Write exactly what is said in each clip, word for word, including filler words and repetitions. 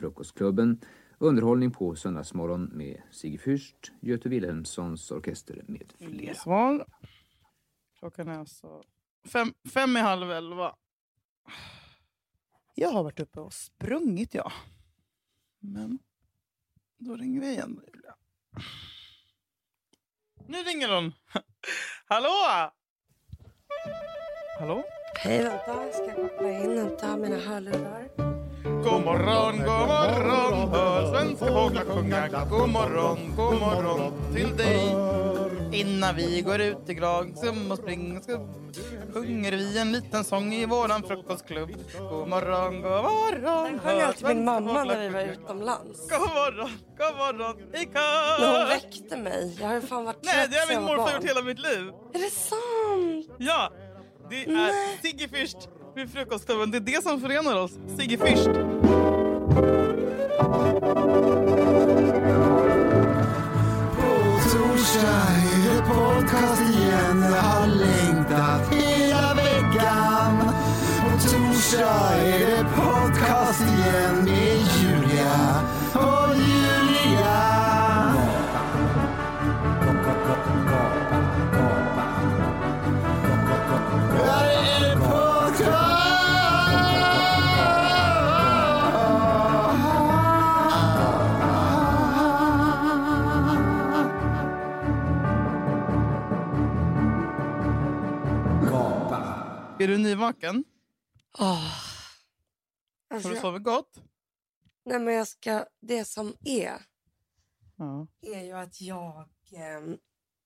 Frukostklubben. Underhållning på söndagsmorgon med Sigge Fürst, Göte Wilhelmssons orkester med flera. Svar. Klockan är alltså fem, fem i halv elva. Jag har varit uppe och sprungit, ja. Men då ringer vi igen. Nu ringer hon. Hallå? Hallå? Hej, vänta. Ska jag koppla in och ta mina hörlurar? God morgon, god morgon. Hör svenska fåglar sjunga. God morgon, god morgon till dig. Innan vi går ut i grag, skum och spring, skum, sjunger vi en liten sång i våran frukostklubb. God morgon, god morgon. Den sjöng alltid min mamma när vi var utomlands. God morgon, god morgon i När hon kör. väckte mig. Jag har ju fan varit Nej, trött det har min sedan jag var morfar barn. gjort hela mitt liv. Är det sant? Ja, det är Nej. Sigge Fürst vid frukostklubben. Det är det som förenar oss. Sigge Fürst. Torsdag är det podcast igen. Jag har längtat hela veckan. På torsdag är det podcast igen med Julia och Julia. Där är podcast. Är du nyvaken? Åh. Har Alltså, du jag, sovit gott? nej, men jag ska... Det som är, Ja. är ju att jag... ehm,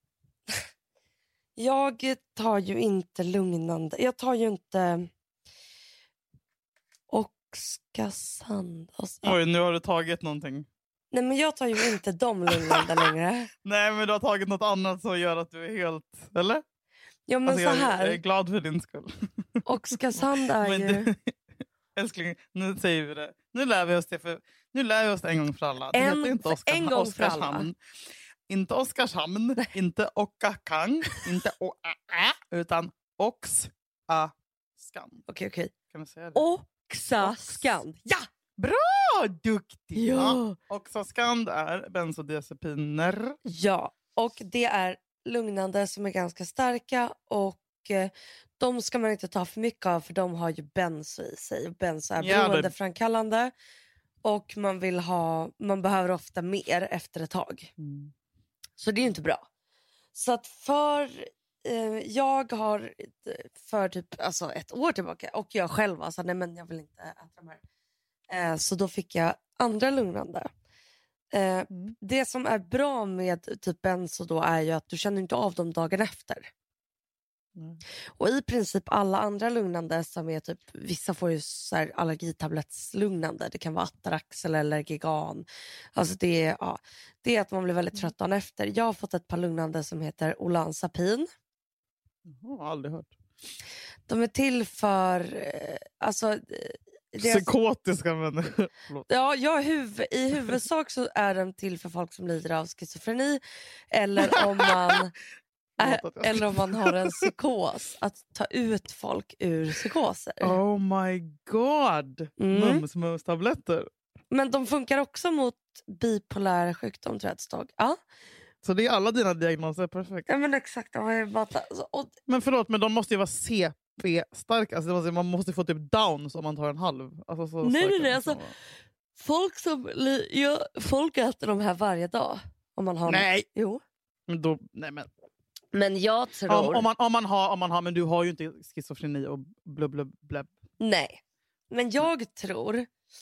jag tar ju inte lugnande... Jag tar ju inte... Oxkasand. Alltså, Oj, nu har du tagit någonting. nej, men jag tar ju inte de lugnande längre. Nej, men du har tagit något annat som gör att du är helt... Eller? Ja, men Alltså, så jag, här. jag är glad för din skull. Oxkasand är Men ju... du, älskling, nu säger vi det. Nu lär vi oss det, för, nu lär vi oss det en gång för alla. Det En- heter inte Oskar, en gång för alla. Oskarshamn. Inte Oskarshamn, inte Ockakang, inte Oa, utan Oxaskand. Okej, okej. Kan vi säga det? Oxaskand. Ja! Bra, duktig! Ja. Oxaskand är bensodiazepiner. Ja, och det är lugnande som är ganska starka och eh, de ska man inte ta för mycket av för de har ju benzo i sig. Benzo är Ja, det- beroendeframkallande och man vill ha, man behöver ofta mer efter ett tag. Mm. Så det är ju inte bra. Så att för eh, jag har för typ alltså ett år tillbaka och jag själv alltså nej men jag vill inte äta de här. Eh, så då fick jag andra lugnande. Eh, Mm. Det som är bra med typ benzo då är ju att du känner inte av dem dagen efter. Mm. Och i princip alla andra lugnande som är typ, vissa får ju så här allergitablettslugnande. Det kan vara Atarax eller Allergigan. Alltså det är, ja, det är att man blir väldigt trött dagen efter. Jag har fått ett par lugnande som heter Olanzapin. Jag har aldrig hört. De är till för, eh, alltså... eh, deras- Psykotiska människor. Förlåt. Ja, jag huv- i huvudsak så är de till för folk som lider av schizofreni eller om man Förlåt att jag- eller om man har en psykos, att ta ut folk ur psykoser. Oh my god! Mm. Mums-mums-tabletter. Men de funkar också mot bipolär sjukdom, tror jag att det stod. Ja, Så det är alla dina diagnoser, perfekt. ja men exakt. De har ju bara ta- så- och, Men förlåt, men de måste ju vara C P-starka. Alltså, det måste- man måste få typ downs om man tar en halv. Alltså, så Nej, starka nej, nej, måste alltså- de vara. folk som li- ja, folk äter de här varje dag. Om man har Nej! Jo. Men då, nej men. Men jag tror... Om, om, man, om, man har, om man har, men du har ju inte schizofreni och blub, blub, blub. Nej. Men jag tror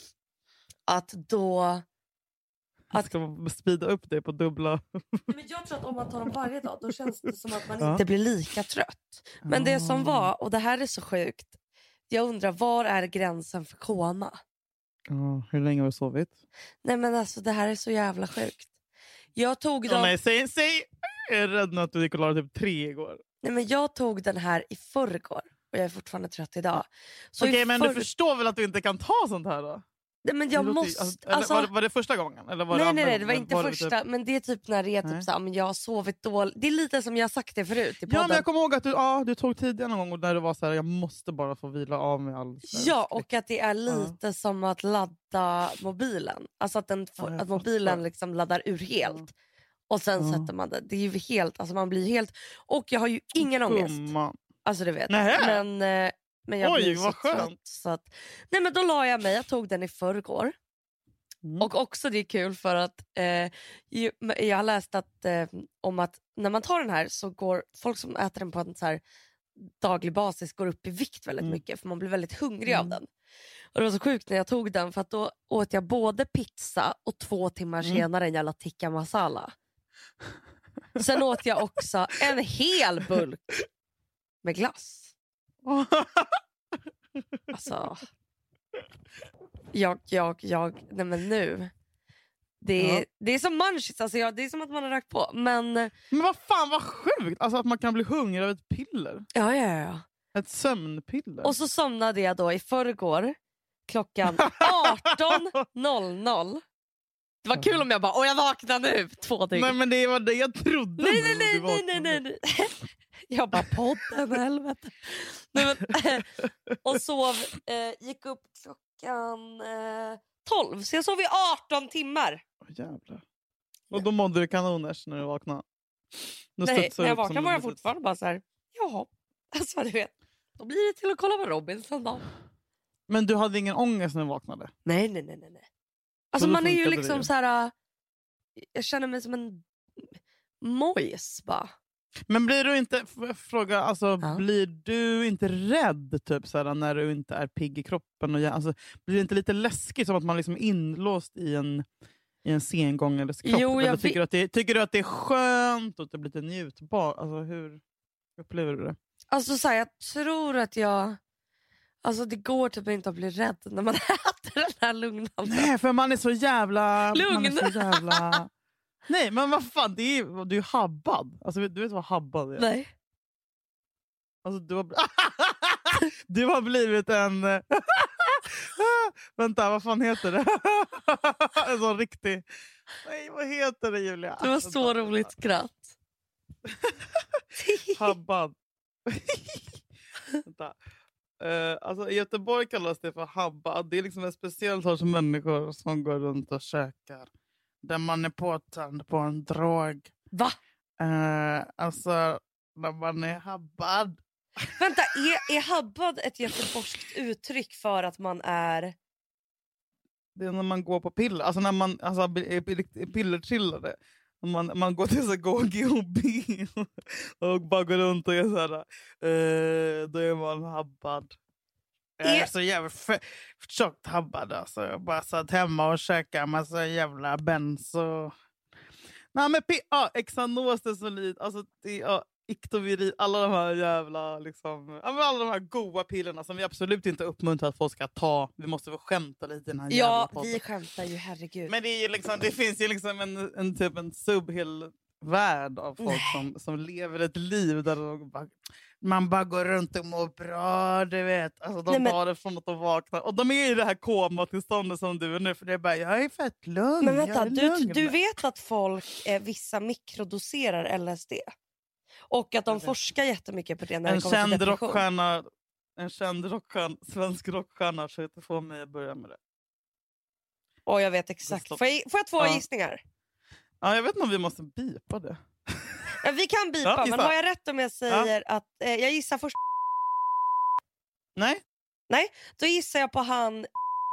att då... Att... Ska man speeda upp det på dubbla? Men jag tror att om man tar dem varje dag då känns det som att man Ja. inte blir lika trött. Men det som var, och det här är så sjukt, jag undrar var är gränsen för koma? Ja, hur länge har du sovit? Nej men alltså det här är så jävla sjukt. Jag tog Ja, dem, nej, säg, säg! Jag är rädd nu att du gick och la typ tre igår. nej men jag tog den här i förrgår och jag är fortfarande trött idag. Så Okej, i men förr- du förstår väl att du inte kan ta sånt här då? Nej, men jag Det låter- måste... alltså, eller alltså, var, det, var det första gången? Eller var nej, det nej, andra nej, det var gången? inte Var det första. typ- Men det är typ när det är typ Nej. så här, men jag har sovit dåligt. Det är lite som jag har sagt det förut i podden. Ja, men jag kommer ihåg att du, ja, du tog tidigare någon gång när det var så här, jag måste bara få vila av mig all så här Ja, skräck. och att det är lite som att ladda mobilen. Alltså att, den får, Ja, jag att mobilen fattar. liksom laddar ur helt. Och sen Ja. sätter man det. Det är ju helt, alltså man blir helt... Och jag har ju ingen ångest. Gumman. Alltså du vet. Nähä. Men, eh, men jag Oj, blir vad så trött. skönt. Så att, nej men då la jag mig, jag tog den i förrgår. Mm. Och också det är kul för att eh, ju, jag har läst att, eh, om att när man tar den här så går folk som äter den på en så här daglig basis går upp i vikt väldigt Mm. mycket för man blir väldigt hungrig Mm. av den. Och det var så sjukt när jag tog den för att då åt jag både pizza och två timmar Mm. senare en jävla tikka masala. Sen åt jag också en hel bulk med glass. Alltså, jag, jag, jag, nej men nu. Det är, Ja. det är som munchies, alltså jag, det är som att man har rökt på. Men Men vad fan, vad sjukt! Alltså att man kan bli hungrig av ett piller. ja, ja, ja. Ett sömnpiller. Och så somnade jag då i förrgår klockan arton noll noll. Det var kul om jag bara, åh jag vaknar nu, två dygn. Nej, men det var det jag trodde. Nej, nu, nej, du nej, nej, nej, nej, nej. Jag bara, podden, helvete. Nej, men, och sov, eh, gick upp klockan eh, tolv, så jag sov i arton timmar. Åh, jävlar. Och då mådde du kanoners när du vaknade? Då Nej, studsade när jag du upp som vaknade var jag ett litet- fortfarande bara så här, jaha. Alltså du vet, då blir det till att kolla på Robinson då. Men du hade ingen ångest när du vaknade? Nej, nej, nej, nej, nej. Alltså då man är ju funkade liksom det. så här. äh, Jag känner mig som en mojs bara. Men blir du inte, får jag fråga, alltså, Ja. blir du inte rädd typ, så här, när du inte är pigg i kroppen? Och, alltså, blir det inte lite läskigt som att man liksom är inlåst i en, i en sengångares kropp? Jo, jag Eller tycker, vet- du att det, tycker du att det är skönt och att det blir lite njutbart? Alltså, hur upplever du det? Alltså så här, jag tror att jag... Alltså det går typ inte att bli rädd när man äter den här lugnande. Nej, för man är så jävla... Man är Lugn. så jävla... Nej, men vad fan, det är ju, du är ju habbad. Alltså, du vet vad habbad är? Nej. Alltså, du, har... du har blivit en... Vänta, vad fan heter det? En sån riktig... Nej, vad heter det, Julia? Det var så Vänta. roligt skratt. Habbad. Vänta. Uh, alltså, i Göteborg kallas det för habbad. Det är liksom en speciell sorts människor som går runt och käkar. Där man är påtänd på en drog. Va? Uh, alltså, när man är habbad. Vänta, är, är habbad ett göteborgskt uttryck för att man är... Det är när man går på piller. Alltså när man alltså, är är pillertrillade. Man, man går till så G H B och bara går runt och är så här. Uh, då är man habbad. Jag är Är- så jävla f- tjockt habbad. Alltså. Jag bara satt hemma och käkade massa jävla benzo. Nej, men pi- ah, Xanos, Desolid, alltså det är ah, Iktovirid, alla de här jävla liksom, ja, men alla de här goda pillerna som vi absolut inte uppmuntrar att folk ska ta. Vi måste väl skämta lite i den här jävla Ja, podden. vi skämtar ju, herregud. Men det är ju liksom, det finns ju liksom en, en typ en subhel värld av folk som, som lever ett liv där de bara, man bara går runt och mår bra, du vet. Alltså de Nej, men- tar det från att de vaknar. Och de är i det här komatillståndet som du är nu. För det är bara, jag är fett lugn. Men jag vänta, är du, lugn. du vet att folk, eh, vissa mikrodoserar L S D? Och att de Jag vet. forskar jättemycket på det när en det kommer till känd depression. rockstjärna, en känd rockstjärna, svensk rockstjärna försökte få mig att börja med det. Och jag vet exakt. Stopp. Får jag, får jag två Ja. gissningar? Ja, jag vet inte om vi måste bipa det. Ja, vi kan bipa, Ja, men gissa. har jag rätt om jag säger att... Eh, jag gissar först. Nej? Då gissar jag på han...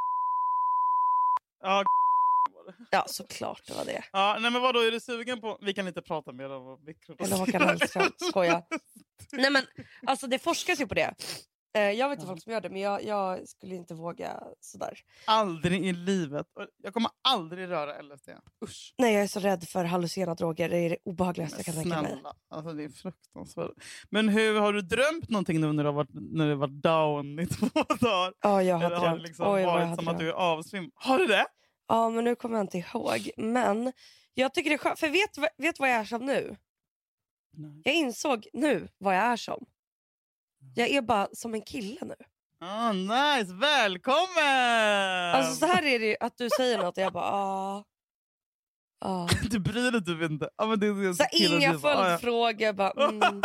Ja, Ja, såklart det var det. ja, nej men vadå, är du sugen på... Vi kan inte prata mer om mikrodosering. Eller Håkan Hellström, skoja. Nej men, alltså det forskas ju på det. Eh, jag vet inte folk som gör det, men jag, jag skulle inte våga sådär. Aldrig i livet. Och jag kommer aldrig röra L S D. Usch. Nej, jag är så rädd för hallucinogena droger. Det är det obehagligaste jag kan tänka mig. Snälla. Alltså det är fruktansvärt. Men hur, har du drömt någonting nu när du har varit, när du har varit down i två dagar? Ja, jag har Eller har det drömt. liksom Oj, vad jag varit har som att drömt. du är avsvim? Har du det? Ja, men nu kommer jag inte ihåg. Men jag tycker det är skönt. För vet du vet vad jag är som nu? Nej. Jag insåg nu vad jag är som. Jag är bara som en kille nu. Ah, nice, välkommen! Alltså så här är det ju, att du säger något och jag bara ah. ah. Du bryr dig typ inte. Ah, men det är så så inga typ. följdfrågor. Ah, bara, mm.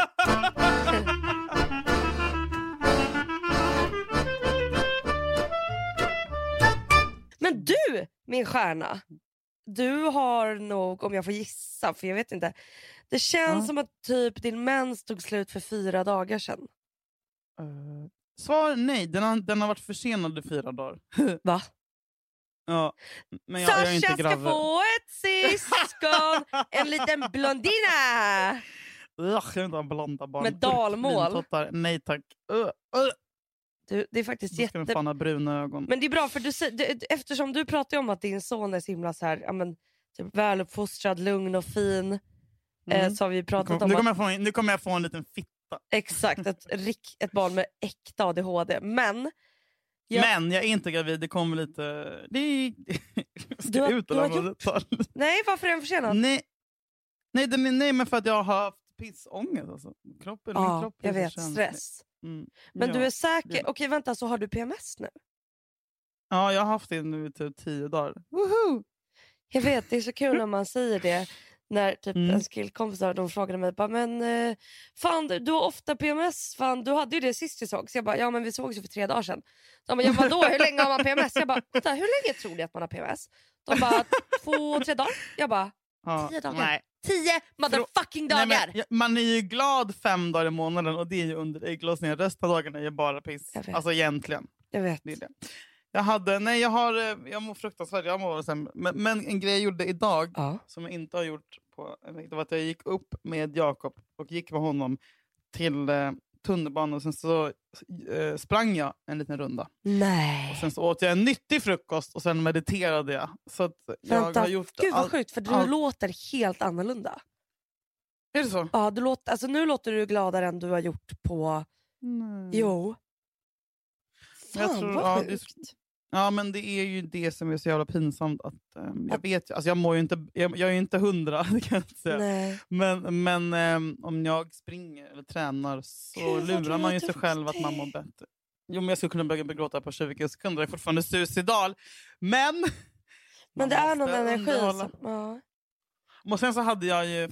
Men du, min stjärna. Du har nog, om jag får gissa, för jag vet inte. Det känns ah. som att typ din mens tog slut för fyra dagar sedan. Uh, svar nej, den har, den har varit försenad i fyra dagar. Va? Ja, men jag, Sasha jag är inte gravid. ska få ett syskon, en liten blondina. Ugh, jag vill inte ha blonda barn. Med dalmål. Nej tack. Uh, uh. Du, det är faktiskt Då ska jätte... fan ha bruna ögon. Men det är bra för du, du eftersom du pratar om att din son är så himla så här, ja, men, typ väluppfostrad, lugn och fin. Mm. Eh, så har vi pratat nu, kom, om nu, att... kommer jag få en, nu kommer jag få en liten fitta. Exakt, ett, ett barn med äkta A D H D. Men jag, men jag är inte gravid, det kommer lite... Det är... du har, du har gjort... Nej, varför är den försenad? Nej, nej, den är, nej, men för att jag har haft pissångest. Alltså. Kroppen, ja, min kropp är jag vet, känslig. stress. Mm. Men ja, du är säker? det... Okej, vänta, så har du P M S nu? Ja, jag har haft det nu i typ tio dagar. Woohoo! Jag vet, det är så kul när man säger det. När typ mm. en skillkompis de frågade mig bara, men eh, fan du, du har ofta P M S, fan du hade ju det sist vi såg. Så jag bara, ja men vi såg ju för tre dagar sedan. De bara, ja men då, hur länge har man P M S? Jag bara, hur länge tror ni att man har P M S? De bara, två, tre dagar. Jag bara, ja, tio dagar. Nej. Tio motherfucking dagar. Nej, men, man är ju glad fem dagar i månaden och det är ju under ägglossningen. Resten av dagarna är ju bara piss. Alltså egentligen. Jag vet. Det är det. Jag hade, nej jag har, jag mår fruktansvärt, jag mår sen, men, men en grej jag gjorde idag ja. Som jag inte har gjort på en vecka, det var att jag gick upp med Jakob och gick med honom till eh, tunnelbanan och sen så eh, sprang jag en liten runda. Nej. Och sen så åt jag en nyttig frukost och sen mediterade jag. Så att jag Vänta, har gjort gud vad all, sjukt för du all... låter helt annorlunda. Är det så? Ja, du låter, alltså nu låter du gladare än du har gjort på... Nej. Jo. Fan jag tror, vad ja, sjukt. Det... Ja, men det är ju det som är så jävla pinsamt att um, jag vet, alltså jag mår ju inte, jag, jag är ju inte hundra, det kan jag inte säga. Nej. Men, men um, om jag springer eller tränar så Gud, lurar man ju sig själv det. att man mår bättre. Jo, men jag skulle kunna börja begråta på tjugo sekunder, jag är fortfarande suicidal. Men Men det är någon energi underhålla. som, ja. Och sen så hade jag ju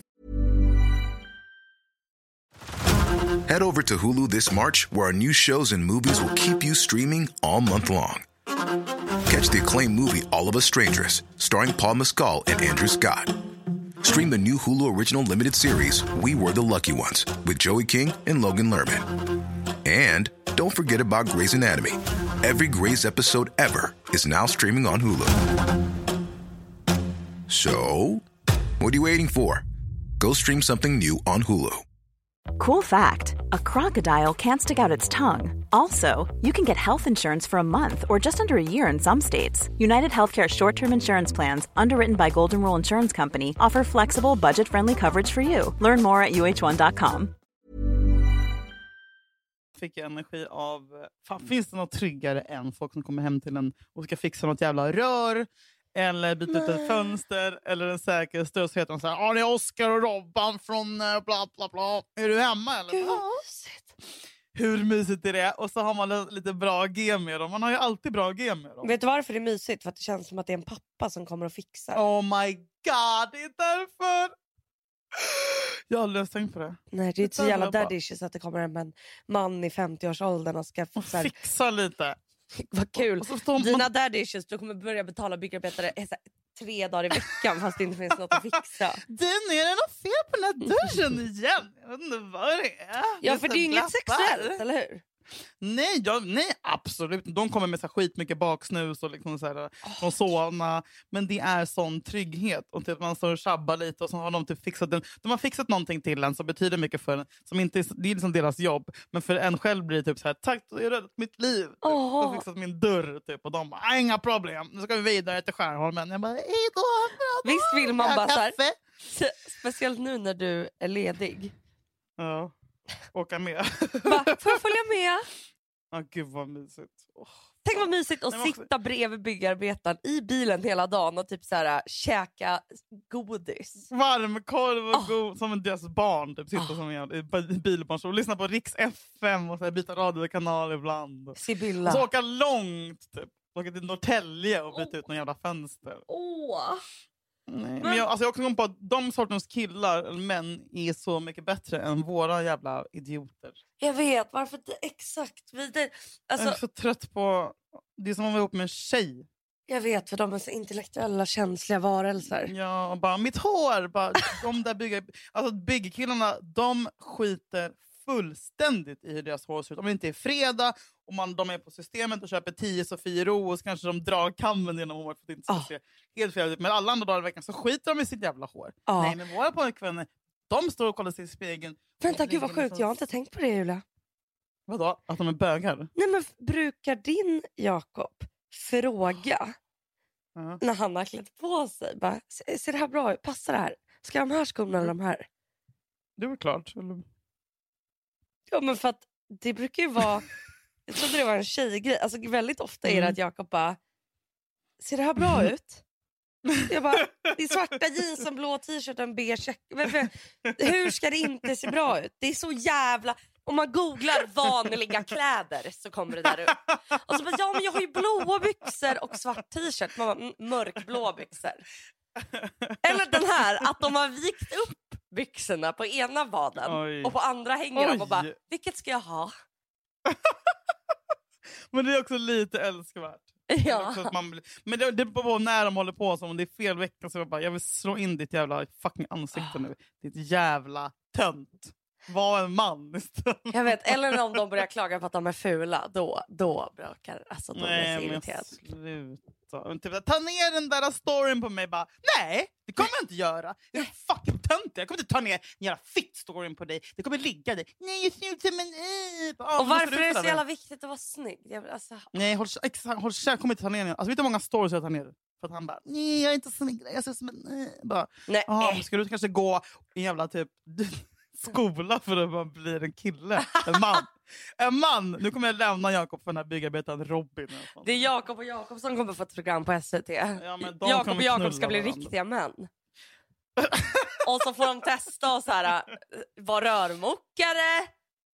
Head over to Hulu this March, where our new shows and movies will keep you streaming all month long. Catch the acclaimed movie All of Us Strangers, starring Paul Mescal and Andrew Scott. Stream the new Hulu original limited series We Were the Lucky Ones with Joey King and Logan Lerman. And don't forget about Grey's Anatomy. Every Grey's episode ever is now streaming on Hulu. So, what are you waiting for? Go stream something new on Hulu. Cool fact, a crocodile can't stick out its tongue. Also, you can get health insurance for a month or just under a year in some states. United Healthcare short-term insurance plans, underwritten by Golden Rule Insurance Company, offer flexible, budget-friendly coverage for you. Learn more at u h one dot com. Fick jag energi av, fan, finns det något tryggare än folk som kommer hem till en och ska fixa något jävla rör? Eller byta ut ett fönster. Eller en säkerhetsdörr. Så heter de så här. Ja, det är Oscar och Robban från bla bla bla. Är du hemma eller? Gud, vad mysigt. Hur mysigt är det? Och så har man lite bra G med dem. Man har ju alltid bra G med dem. Vet du varför det är mysigt? För att det känns som att det är en pappa som kommer att fixa. Oh my god, det är därför. Jag har aldrig tänkt på det. Nej, det är inte så jävla daddy issues att det kommer en man i femtio-årsåldern och ska och så här, fixa lite. vad kul. Och, och Dina man... daddy issues, du kommer börja betala byggarbetare tre dagar i veckan fast det inte finns något att fixa. Du, nu är det något fel på den här dörren igen. Jag vet inte vad det är. Ja, för det är inget sexuellt, eller hur? Nej, jag, nej, absolut. De kommer med så här skitmycket baksnus och liksom så här, oh, de sovna. Men det är sån trygghet. Och typ man står och tjabbar lite och så har de typ fixat den. De har fixat någonting till en som betyder mycket för en. Som inte är, det är liksom deras jobb. Men för en själv blir det typ så här: tack, du har räddat mitt liv. Typ. Oh. De har fixat min dörr typ. Och de bara, inga problem. Nu ska vi vidare till Skärholmen. Jag bara, hej då. Visst vill man bara så här, kaffe. speciellt nu när du är ledig. Ja, åka med. Va? Får jag följa med? Ja, oh, gud vad mysigt. Oh. Tänk Tänk vad mysigt att Nej, sitta bredvid byggarbetaren i bilen hela dagen och typ så här käka godis. Varmkorv och Oh. god, som en deras barn. Typ, sitta Oh. som en i bilbarn och lyssna på Riks F M och så här, byta radiokanal ibland. Sibylla. Och så åka långt. Typ. Åka till Norrtälje och byta ut någon jävla fönster. Åh. Nej, men jag, alltså jag har också kommit på att de sortens killar eller män är så mycket bättre än våra jävla idioter. Jag vet, varför det, exakt. Vi, det, alltså, Jag är så trött på... Det är som att vara ihop med en tjej. jag vet, för de är så intellektuella, känsliga varelser. Ja, och bara mitt hår. Bara, de där bygger, alltså byggkillarna, de skiter fullständigt i hur deras hår ser ut. Om det inte är fredag och man, de är på systemet och köper tio Sofiero och så kanske de drar kammen genom håret för att det inte ska Oh. se helt fel ut. Men alla andra dagar i veckan så skiter de i sitt jävla hår. Oh. Nej, men våra pojkvänner, de står och kollar sig i spegeln. Vänta, gud vad Ligger sjukt. liksom- Jag har inte tänkt på det, Julia. Vadå? Att de är bögar? Nej, men brukar din Jakob fråga Ja. när han har klätt på sig? Bara, ser ser det här bra ut? Passar det här? Ska jag ha de här skorna eller de här? Det var klart. Eller? Ja, men för att det brukar ju vara... Jag trodde det var en tjejgrej. Alltså väldigt ofta är det Mm. att Jakob bara... Ser det här bra ut? Jag bara, det är svarta jeans, en blå t-shirt och en beige check. Hur ska det inte se bra ut? Det är så jävla... Om man googlar vanliga kläder så kommer det där upp. Och så bara, ja men jag har ju blåa byxor och svart t-shirt. Man bara, mm, mörkblå byxor. Eller den här, att de har vikt upp byxorna på ena vaden. Oj. Och på andra hänger de och bara, Oj. vilket ska jag ha? Men det är också lite älskvärt. Ja. Också att man blir, men det, det är bara när de håller på, som om det är fel vecka, så jag bara, jag vill slå in ditt jävla fucking ansikte nu. Ditt jävla tönt. Var en man istället. Jag vet, eller om de börjar klaga på att de är fula, då, då brakar alltså, då blir jag så Nej, men irriterad. sluta. Typ, ta ner den där storyn på mig. Bara, nej, det kommer jag inte göra. Jag är fucking tönt. Jag kommer inte ta ner en jävla fitt-storyn på dig. Det kommer ligga där. Nej, jag ser ut som en... Äh. Ah, Och varför är det så där? jävla viktigt att vara snygg? Jag, alltså, Nej, håll, exakt, håll käft. Jag kommer inte ta ner den. Alltså, vet du hur många stories jag tar ner? För att han bara, nej, jag är inte snygg. Jag ser ut som en... Äh. Bara, nej. ah, men ska du kanske gå i en jävla typ... skola för att man blir en kille. En man. En man. Nu kommer jag lämna Jakob för den här byggarbetaren Robin. Det är Jakob och Jakob som kommer få ett program på S V T. Ja, men de Jakob kommer och Jakob knulla ska bli varandra. riktiga män. Och så får de testa och så här, vara rörmokare.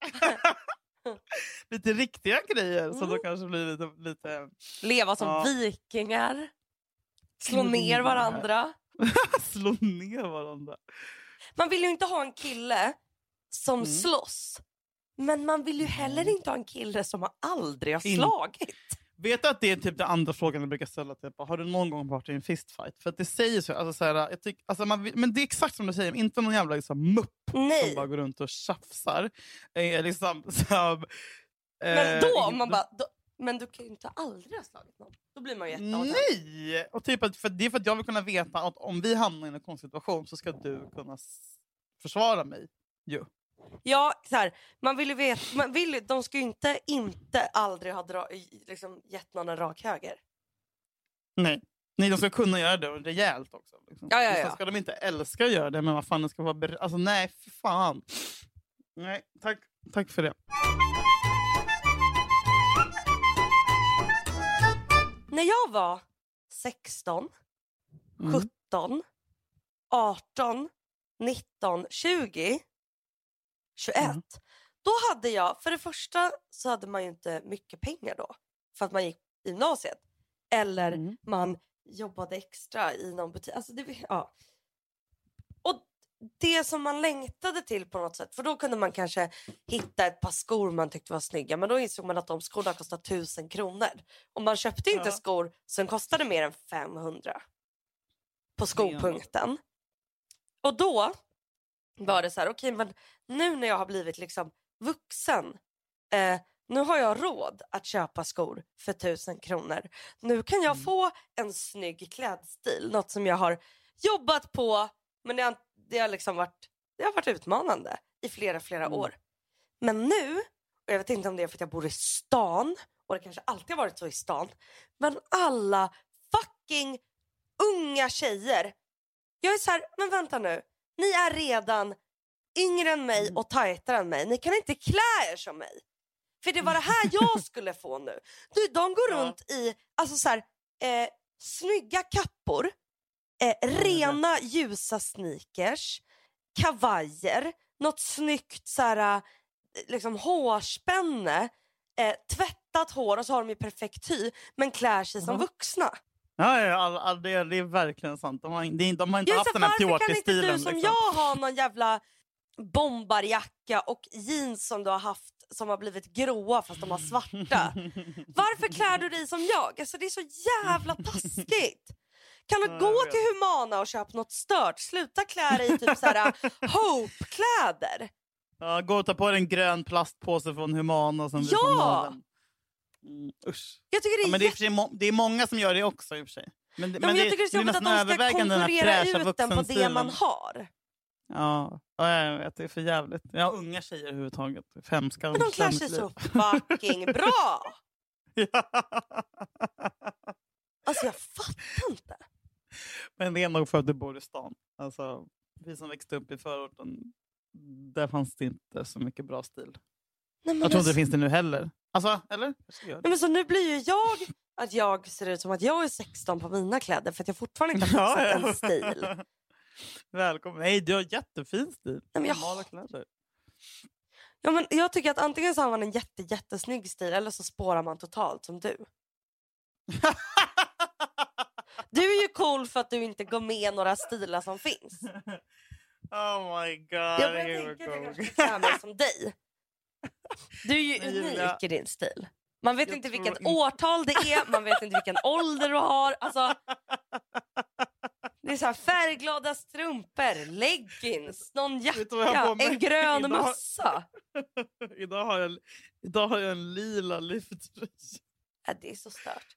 Lite riktiga grejer. Mm. Så då kanske blir lite... lite... Leva som Ja. vikingar. Slå ner varandra. Slå ner varandra. Man vill ju inte ha en kille som Mm. slåss. Men man vill ju heller inte ha en kille som aldrig har In- slagit. Vet du att det är typ den andra frågan jag brukar ställa? Typ, har du någon gång varit i en fistfight? För att det säger så. Alltså, så här, jag tyck, alltså, man, vill- men det är exakt som du säger. Inte någon jävla liksom, mupp som Nej. bara går runt och tjafsar. Eh, liksom, så, eh, Men då, ingen- om man bara... Då, men du kan ju inte aldrig ha slagit någon. Då blir man ju jätteavtänd. Nej! Och typ att, för det är för att jag vill kunna veta att om vi hamnar i en konstsituation så ska du kunna s- försvara mig. Jo. Ja, så här, man vill ju veta, man vill ju, de ska ju inte, inte aldrig ha dra, liksom, gett någon en rak höger. Nej. Nej, de ska kunna göra det och rejält också. Liksom. Ja, ja, Och ja. sen ska de inte älska att göra det, men vad fan, det ska vara ber- alltså nej, för fan. Nej, tack, tack för det. När jag var sexton, Mm. sjutton, arton, nitton, tjugo, tjugoett. Mm. Då hade jag, för det första så hade man ju inte mycket pengar då. För att man gick i gymnasiet. Eller Mm. man jobbade extra i någon butik. Alltså det, ja. Och det som man längtade till på något sätt. För då kunde man kanske hitta ett par skor man tyckte var snygga. Men då insåg man att de skorna kostade tusen kronor. Och man köpte inte Ja. skor som kostade mer än femhundra. På skopunkten. Och då var det så här, okej, men nu när jag har blivit liksom vuxen. Eh, nu har jag råd att köpa skor för tusen kronor. Nu kan jag Mm. få en snygg klädstil. Något som jag har jobbat på. Men det har, det har liksom varit, det har varit utmanande i flera, flera Mm. år. Men nu, och jag vet inte om det är för att jag bor i stan. Och det kanske alltid har varit så i stan. Men alla fucking unga tjejer. Jag är så här, men vänta nu. Ni är redan yngre än mig och tajtare än mig. Ni kan inte klä er som mig. För det var det här jag skulle få nu. Du, de går Ja. runt i alltså så här, eh, snygga kappor, eh, rena ljusa sneakers, kavajer, något snyggt så här, eh, liksom hårspänne, eh, tvättat hår och så har de ju perfekt hy men klär sig som vuxna. Ja, ja all, all, det, det är verkligen sant. De har, de, de har inte Jag haft så, den här varför kan inte P O K-stilen. du som liksom. jag har någon jävla bombarjacka och jeans som du har haft som har blivit gråa fast de har svarta? Varför klär du dig som jag? Alltså det är så jävla taskigt. Kan du Ja, gå jag vet. till Humana och köpa något stört? Sluta klä dig i typ såhär Hope-kläder. Ja, gå och ta på dig en grön plastpåse från Humana som Ja! vi får nålen. Mm, usch. Jag tycker det är, Ja, men det är, i och jätte... för sig må- det är många som gör det också i och för sig. Men, ja, men jag tycker det är så jobbigt att de ska konkurrera ut den på det man har. Ja, ja, jag vet, det är för jävligt. Ja, unga tjejer överhuvudtaget. Femska. Men de klär sig så fucking bra. Ja. Alltså jag fattar inte. Men det är nog för att du bor i stan. Alltså, vi som växte upp i förorten, där fanns det inte så mycket bra stil. Nej, men Jag tror inte alltså... det finns det nu heller. Alltså, eller? Nej, men så nu blir ju jag att jag ser ut som att jag är sexton på mina kläder för att jag fortfarande inte har fixat en stil. Välkommen. Nej, du har jättefin stil. men jag- Normala kläder. Ja, men jag tycker att antingen så har man en jätte, jättesnygg stil eller så spårar man totalt som du. Du är ju cool för att du inte går med några stilar som finns. Oh my god. Jag börjar here we tänka att jag go. kanske ska klä mig som dig. Du är ju Men unik Julia, i din stil. Man vet jag inte tror vilket inte- årtal det är, man vet inte vilken ålder du har. Alltså, det är så här färgglada strumpor, leggings, någon Vet du vad jag har jacka, på mig? en grön Idag- mössa. idag, har jag, idag har jag en lila lyfttröja. Ja, det är så stört.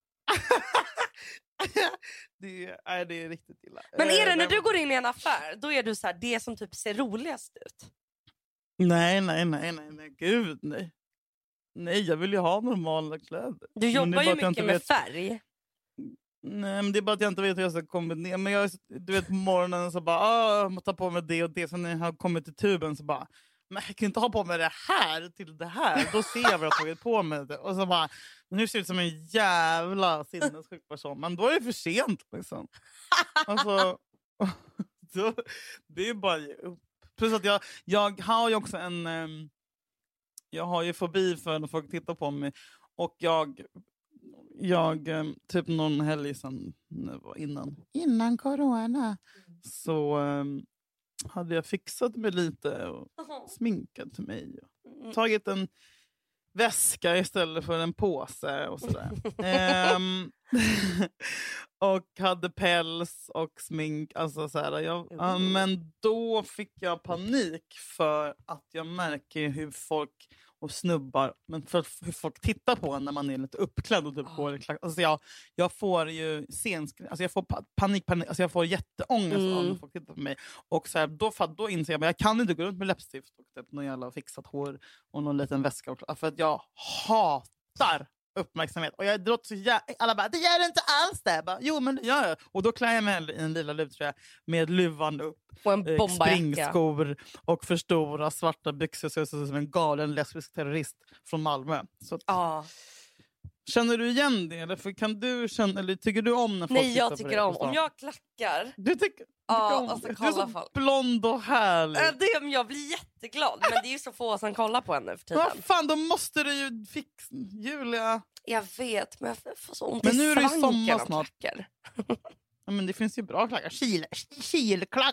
det, är, nej, det är riktigt illa. Men är det Eh, när men- du går in i en affär, då är du så här, det som typ ser roligast ut? Nej, nej, nej, nej, nej, gud nej. Nej, jag vill ju ha normala kläder. Du Men det är jobbar bara ju att jag mycket inte med vet- färg. Nej, men det är bara att jag inte vet hur jag ska kombinera. Men jag, du vet, på morgonen så bara, ah, jag måste ta på mig det och det. Sen när jag har kommit till tuben så bara, men jag kan inte ha på mig det här till det här. Då ser jag vad jag har tagit på mig. Och så bara, nu ser det ut som en jävla sinnessjuk person. Men då är det för sent liksom. Alltså, då, det är bara ge upp. Plus att jag, jag har ju också en, um, jag har ju fobi för när folk tittar på mig. Och jag, jag um, typ någon helg sedan, innan, innan corona, så um, hade jag fixat mig lite och sminkat till mig. Och tagit en väska istället för en påse och sådär. Ehm, och hade päls och smink. Alltså såhär, jag, ja, men då fick jag panik för att jag märker hur folk och snubbar, men för hur folk tittar på en när man är lite uppklädd och typ Oh. går i klack. Alltså jag, jag får ju scenskri- alltså jag får pa- panik, panik, alltså jag får jätteångest Mm. av när folk tittar på mig. Och så här, då, fa- då inser jag att jag kan inte gå runt med läppstift och typ någon jävla fixat hår och någon liten väska. Och, för att jag hatar uppmärksamhet. Och jag låter så jä- alla bara, det gör det inte alls det. Jag bara, jo men det gör jag. Och då klär jag mig i en lila luvtröja med luvan upp. Och en Eh, bombarjacka. springskor och för stora svarta byxor, så jag ser ut som en galen lesbisk terrorist från Malmö. Så att, Ja. känner du igen det? Eller för, kan du känna, eller tycker du om när folk Nej, jag tittar på tycker dig på om. stan? Om jag klackar, Du tycker, Ja, tycker om och så det? Du är kollar så folk. blond och härlig. äh, det, jag blir jätteglad. Men det är ju så få som kollar på en nu för tiden. Vad fan, då måste du ju fixa... Julia... Jag vet, men jag får så ont Men i nu är det ju svanken sommar av snart. klackar. Ja, men det finns ju bra klackar. Kil, kilklack.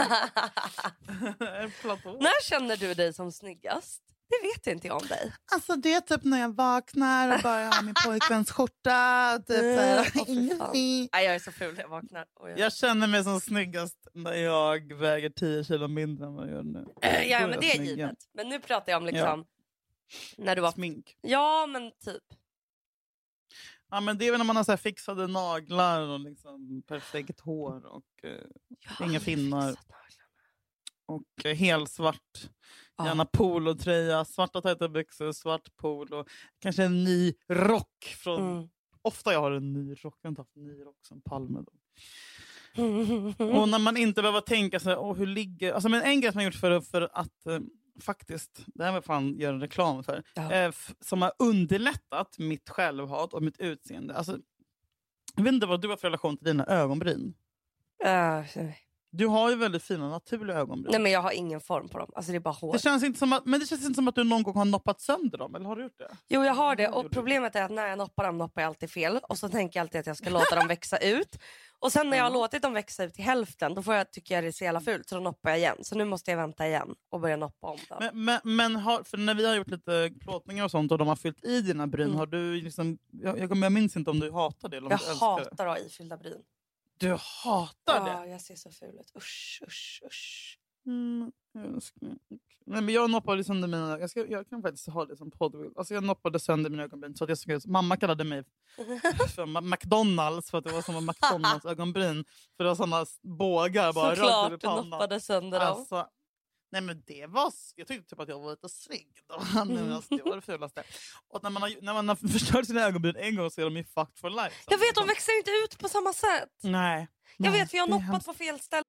Platå. När känner du dig som snyggast? Det vet inte jag om dig. Alltså det är typ när jag vaknar och bara har min pojkväns skjorta. Typ, Mm, äh, åh, fy ingenting. fan. Nej, jag är så ful när jag vaknar. Och jag... Jag känner mig som snyggast när jag väger tio kilo mindre än vad jag gör nu. Äh, ja, Då men jag det är snygg igen. givet. Men nu pratar jag om liksom... När du var... Smink. Ja, men typ. Ja, men det är väl när man har så här fixade naglar och liksom perfekt hår och eh, Jag Inga har finnar. fixat naglarna. och eh, helsvart. Ja. Gärna polotröja, svarta tajta byxor, svart polo. Kanske en ny rock. Från... Mm. Ofta jag har en ny rock. Jag har inte haft en ny rock som Palme. Då. Mm. Och när man inte behöver tänka sig, åh, hur ligger... Alltså, men en grej som jag har gjort för, för att... eh, faktiskt, det här vill fan göra reklam för, Ja. eh, f- som har underlättat mitt självhat och mitt utseende. Alltså, jag vet inte vad du har för relation till dina ögonbryn. Uh, Du har ju väldigt fina naturliga ögonbryn. nej men jag har ingen form på dem. Alltså det är bara hår. Det känns inte som att, men det känns inte som att du någon gång har noppat sönder dem, eller har du gjort det? Jo jag har det Jag och gjorde problemet är att när jag noppar dem noppar jag alltid fel. Och så tänker jag alltid att jag ska låta dem växa ut. Och sen när jag har låtit dem växa ut till hälften då får jag, tycker jag det är så jävla fult. Så då noppar jag igen. Så nu måste jag vänta igen och börja noppa om dem. Men, men, men har, för när vi har gjort lite plåtningar och sånt och de har fyllt i dina bryn, Mm. har du liksom, jag, jag, jag minns inte om du hatar det eller om Jag du älskar det. hatar att ha ifyllda bryn. Du hatar det? Ja, jag ser så ful ut. Usch, usch, usch. Mm, jag ska, nej, men jag noppade sönder mina, jag, ska, jag kan faktiskt ha det som poddbild. Alltså jag noppade sönder mina ögonbryn så att jag såg ut, mamma kallade mig för Ma- McDonalds för att det var som en McDonalds ögonbryn. För det var sådana bågar bara rakt Såklart över du pannan. noppade sönder dem. Alltså, nej men det var, jag tyckte typ att jag var lite snygg då. Nej, men alltså, det var det fulaste. Och när man, har, när man har förstört sina ögonbryn en gång så är de ju fucked for life. Jag vet, de växer inte ut på samma sätt. Nej. Jag nej, vet, för jag har det är noppat hemskt. på fel ställe.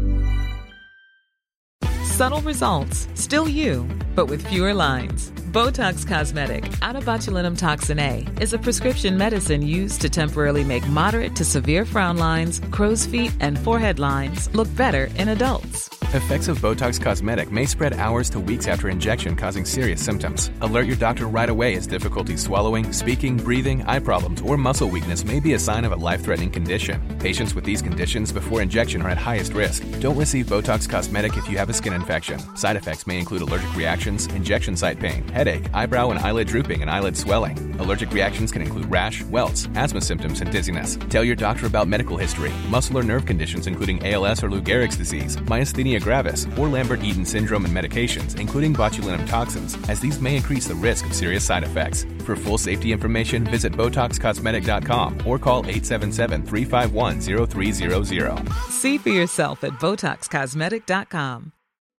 Subtle results, still you, but with fewer lines. Botox Cosmetic, out of botulinum toxin A, is a prescription medicine used to temporarily make moderate to severe frown lines, crow's feet, and forehead lines look better in adults. Effects of Botox Cosmetic may spread hours to weeks after injection, causing serious symptoms. Alert your doctor right away as difficulty swallowing, speaking, breathing, eye problems, or muscle weakness may be a sign of a life-threatening condition. Patients with these conditions before injection are at highest risk. Don't receive Botox Cosmetic if you have a skin infection. Side effects may include allergic reactions, injection site pain, headache, eyebrow and eyelid drooping, and eyelid swelling. Allergic reactions can include rash, welts, asthma symptoms, and dizziness. Tell your doctor about medical history, muscle or nerve conditions including A L S or Lou Gehrig's disease, myasthenia gravis, or Lambert-Eaton syndrome, and medications, including botulinum toxins, as these may increase the risk of serious side effects. For full safety information, visit Botox Cosmetic dot com or call eight seven seven, three five one, zero three zero zero. See for yourself at Botox Cosmetic dot com.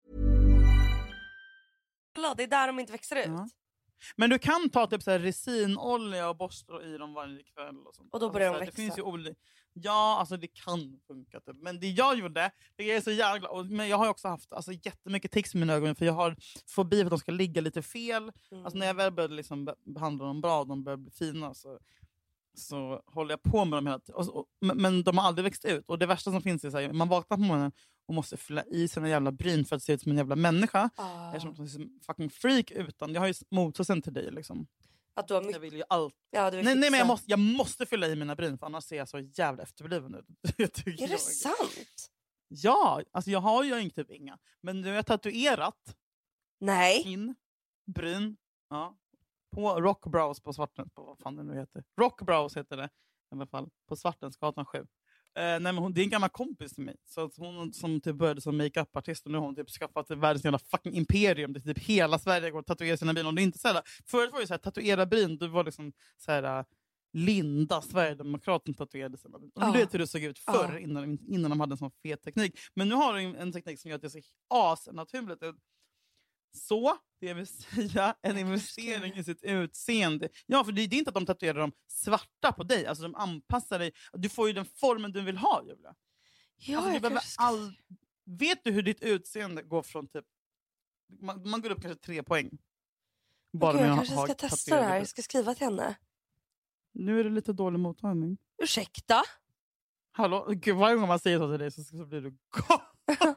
Det är där de inte växer ut. Ja. Men du kan ta typ så här resinolja och borsta i dem varje kväll. Och, sånt. Och då börjar alltså, de det växa. finns ju oli- Ja, alltså det kan funka. Typ. Men det jag gjorde, det är så jävla... Och, men jag har ju också haft alltså, jättemycket tics med mina ögon. För jag har fobi för att de ska ligga lite fel. Mm. Alltså när jag väl började liksom be- behandla dem bra och de börjar bli fina så... så håller jag på med dem hela tiden. Och, och, men, men de har aldrig växt ut. Och det värsta som finns är så här, man vaknar på morgonen och måste fylla i sina jävla bryn för att se ut som en jävla människa. Ah. Eftersom de är som fucking freak utan. Jag har ju motsatsen till dig liksom. Att du har Jag mycket... vill ju allt. Ja, du vill Nej, nej fixa. men jag måste, jag måste fylla i mina bryn för annars ser jag så jävla efterbliven ut. Jag tycker Är det jag. sant? Ja, alltså jag har ju typ inga. Men nu har jag tatuerat Nej. in bryn. Ja. På Rockbrows på Svarten, på vad fan det nu heter. Rockbrows heter det i alla fall. På Svartensgatan sju. Eh, nej, men hon, det är en gammal kompis till mig. Så att hon som typ började som makeup-artist och nu har hon typ skaffat världens jävla fucking imperium. Det är typ hela Sverige går att tatuera sina bryn. Och det är inte så här, förut var det så här, tatuera bryn, du var liksom så här... Linda, Sverigedemokraten, tatuerade sina bryn. Och Ja. du vet hur det såg ut förr Ja. innan, innan de hade en sån fet teknik. Men nu har de en teknik som gör att det ser asnaturligt ut. Så, det vill säga en investering i sitt utseende. Ja, för det, det är inte att de tatuerar dem svarta på dig. Alltså de anpassar dig. Du får ju den formen du vill ha, Julia. Ja, Alltså, du jag behöver kanske ska... all... Vet du hur ditt utseende går från typ... Man, man går upp kanske tre poäng. Bara Okej, med jag att kanske ha ska testa det tatuerade här. bryn. Jag ska skriva till henne. Nu är det lite dålig mottagning. Ursäkta? Hallå? Gud, varje gång man säger så till dig så, så blir du galen.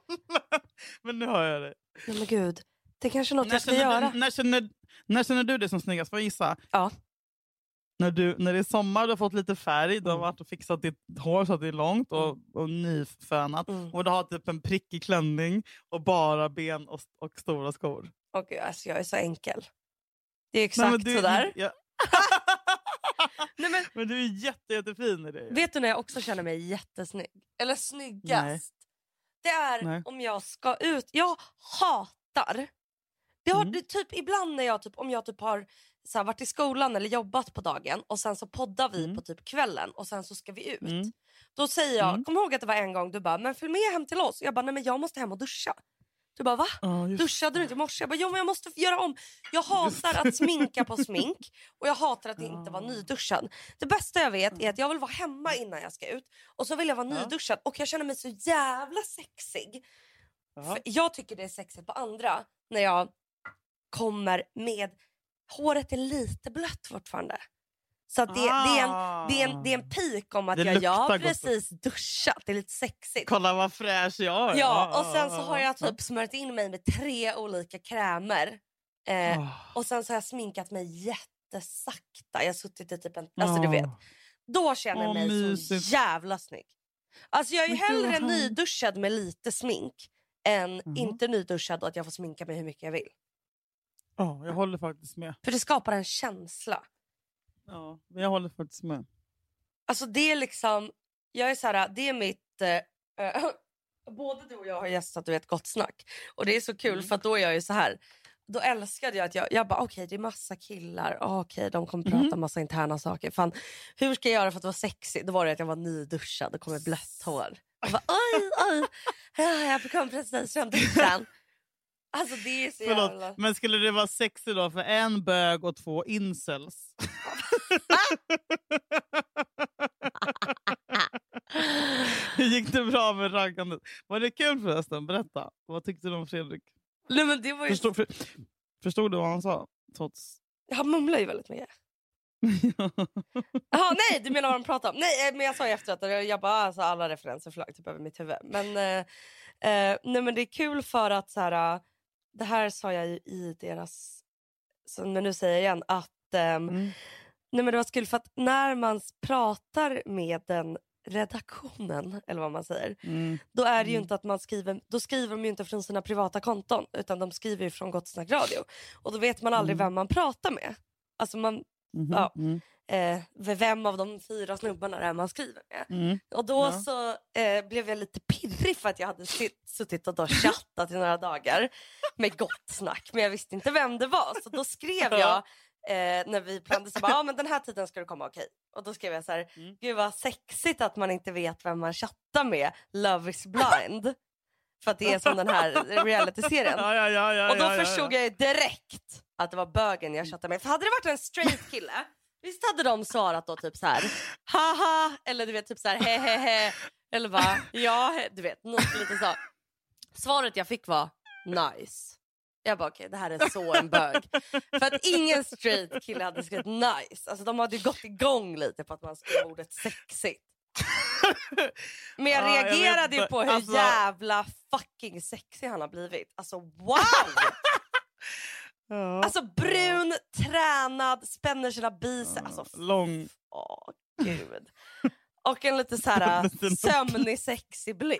Men nu hör jag det. Nej men gud. Det är kanske är något När jag ska känner, göra. du, när, känner, när känner du det som snyggast? Får jag gissa? Ja. När, du, när det är sommar, du har fått lite färg, du har Mm. varit och fixat ditt hår så att det är långt och, och nyfönat. Mm. Och du har typ en prickig klänning och bara ben och, och stora skor. Åh gud, alltså jag är så enkel. Det är Nej, exakt men du, sådär. Ja. Nej, men, Men du är jätte, jättefin i det. vet du när jag också känner mig jättesnygg? Eller snyggast? Nej. Det är Nej. om jag ska ut. Jag hatar. Det har Mm. det, typ ibland när jag typ om jag typ har så här, varit i skolan eller jobbat på dagen och sen så poddar vi Mm. på typ kvällen och sen så ska vi ut. Mm. Då säger jag, Mm. kom ihåg att det var en gång du bara, men följ med hem till oss. Jag bara, nej men jag måste hem och duscha. Du bara, va? Ja, just Duschade du inte i morse? Jag bara, jo men jag måste göra om. Jag hatar att sminka på smink. Och jag hatar att inte vara nyduschad. Det bästa jag vet är att jag vill vara hemma innan jag ska ut. Och så vill jag vara Ja. nyduschad. Och jag känner mig så jävla sexig. För jag tycker det är sexigt på andra när jag kommer med håret är lite blött fortfarande. Så att det, ah. det, är en, det, är en, det är en pik om att jag, jag har precis gott. duschat. Det är lite sexigt. Kolla vad fräsch jag är. Ja, och sen så har jag typ smört in mig med tre olika krämer. Eh, oh. Och sen så har jag sminkat mig jättesakta. Jag har suttit i typ en... Alltså oh. du vet. Då känner jag oh, mig mysigt. Så jävla snygg. Alltså jag är ju hellre nyduschad med lite smink än mm. inte nyduschad och att jag får sminka mig hur mycket jag vill. Ja, oh, jag håller faktiskt med. För det skapar en känsla. Ja, men jag håller faktiskt med. Alltså det är liksom... Jag är så här, det är mitt... Äh, både du och jag har gästat, du vet, Gott snack. Och det är så kul mm. för att då är jag ju så här... Då älskade jag att jag... Jag bara, okej, okay, det är massa killar. Okej, okay, de kommer prata mm. massa interna saker. Fan, hur ska jag göra för att vara sexig? Då var det att jag var nyduschad och kom med blött hår. Jag bara, oj, oj. Jag kom precis från duschen. Alltså det är så Förlåt, jävla... men skulle det vara sexy då för en bög och två incels? Hur gick det bra med raggandet? Var det kul förresten? Berätta. Vad tyckte du om Fredrik? Nej, men det var ju... Förstod, för, förstod du vad han sa? Trots... Han mumlar ju väldigt mycket. Jaha, nej, du menar vad de pratar om. Nej, men jag sa ju efteråt att jag bara alltså, alla referenser flög typ över mitt huvud. Men, eh, eh, nej, men det är kul för att så här, det här sa jag ju i deras, så, men nu säger jag igen att eh, mm. nej, men det var så kul för att när man pratar med den redaktionen, eller vad man säger, mm. då är det ju mm. inte att man skriver, då skriver de ju inte från sina privata konton, utan de skriver ju från Gott snack radio. Och då vet man aldrig mm. vem man pratar med. Alltså man Mm-hmm. Ja, eh, vem av de fyra snubbarna där man skriver med. Mm. Och då ja. så eh, blev jag lite pirrig för att jag hade suttit och då chattat i några dagar med Gott snack, men jag visste inte vem det var. Så då skrev jag eh, när vi planerade så bara, ja men den här tiden ska du komma, okej. Och då skrev jag så här, mm. gud vad sexigt att man inte vet vem man chattar med. Love is blind. För att det är som den här reality-serien. Ja, ja, ja, ja, och då ja, ja, förstod jag direkt att det var bögen jag chattade med. För hade det varit en straight kille, visst hade de svarat då typ så här, haha, eller du vet typ så här, hehehe, eller bara, ja, du vet, något lite så. Svaret jag fick var nice. Jag bara, okej, okay, det här är så en bög. För att ingen straight kille hade skrivit nice. Alltså de hade ju gått igång lite på att man skrev ordet sexigt. Men jag ah, reagerade jag ju på hur alltså... jävla fucking sexig han har blivit. Alltså wow. Ja. Alltså brun, tränad, spänner sina biceps. Alltså lång. Åh gud. Och en lite så här sömnig, sexig blick.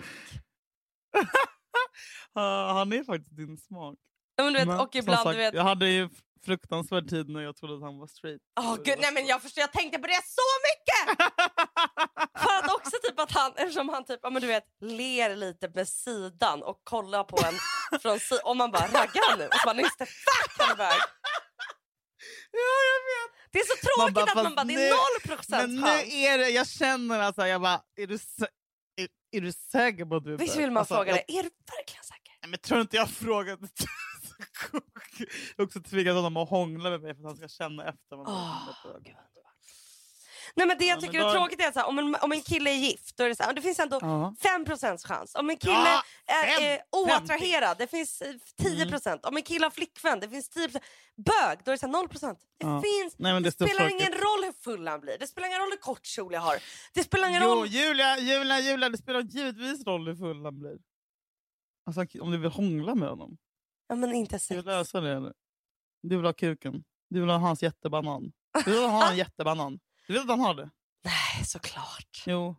Han är faktiskt din smak. Ja, men du vet, men, och ibland sagt, du vet. Jag hade ju fruktansvärd tid när jag trodde att han var straight. Åh oh, gud, nej men jag förstår, jag tänkte på det så mycket. För att också typ att han, eftersom han typ, ja men du vet, ler lite med sidan och kollar på en från sidan. Och man bara, raggar nu. Och så bara, just det, fuck han är bög. Ja, jag vet. Det är så tråkigt man bara, att man bara, det är noll procent men nu är det, jag känner alltså, jag bara, är du, är, är du säker på att du är visst vill man alltså, fråga jag, det, är du verkligen säker? Nej, men tror inte jag frågat. Jag är också tvingad honom att hångla med mig för att han ska känna efter. Oh, nej men det jag tycker ja, då... är tråkigt är att så här, om, en, om en kille är gift då är det, så här, det finns ändå uh-huh. fem procent chans. Om en kille ja, är, är oattraherad, det finns tio procent. Mm. Om en kille har flickvän, det finns tio procent. Bög, då är det så här, noll procent. Det, ja. finns, nej, det, det spelar tråkigt. Ingen roll hur full han blir. Det spelar ingen roll hur kort kjol jag har. Det spelar ingen jo, roll. Julia, Julia, Julia, det spelar givetvis roll hur full han blir. Alltså om du vill hångla med honom. Ja, men inte sex. Du vill lösa det, eller? Du vill ha kuken. Du vill ha hans jättebanan. Du vill ha en jättebanan. Du vet att han har det? Nej, såklart. Jo.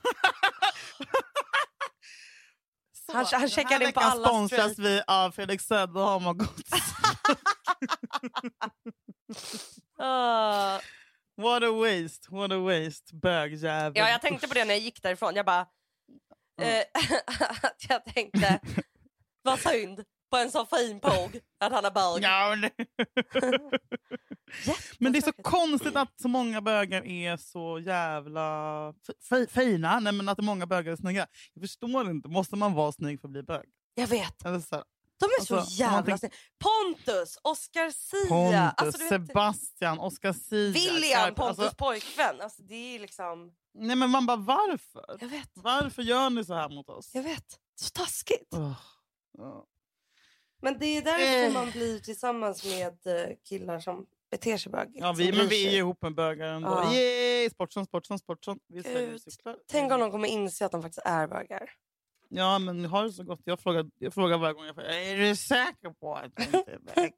Så, han, han checkar in på alla sponsras straight. Vi av Fredrik Söderholm och Gott. uh. What a waste. What a waste. Bögjävel. Ja, jag tänkte på det när jag gick därifrån. Jag bara... Mm. att jag tänkte... Vad synd. På en sån fin påg att han är bög. Ja, men det är så konstigt att så många bögar är så jävla f- fina. Nej, men att många bögar är snygga. Jag förstår inte. Måste man vara snygg för att bli bög? Jag vet. Eller så här. De är alltså, så jävla snygga. Pontus, Oscar Sia. Pontus, alltså, vet, Sebastian, Oscar Sia. William, Pontus alltså, pojkvän. Alltså, det är liksom... Nej, men man bara, varför? Jag vet. Varför gör ni så här mot oss? Jag vet. Så taskigt. Oh. Ja. Men det är därför eh. man blir tillsammans med killar som beter sig bögigt. Ja, vi, men vi är ju ihop med bögar ändå. Ja. Yay! Sportsson, sportsson, sportsson. Vi Gud, tänk om de kommer inse att de faktiskt är bögar. Ja, men har det så gott. Jag frågar, jag frågar varje gång jag frågar, är du säker på att du inte är bög?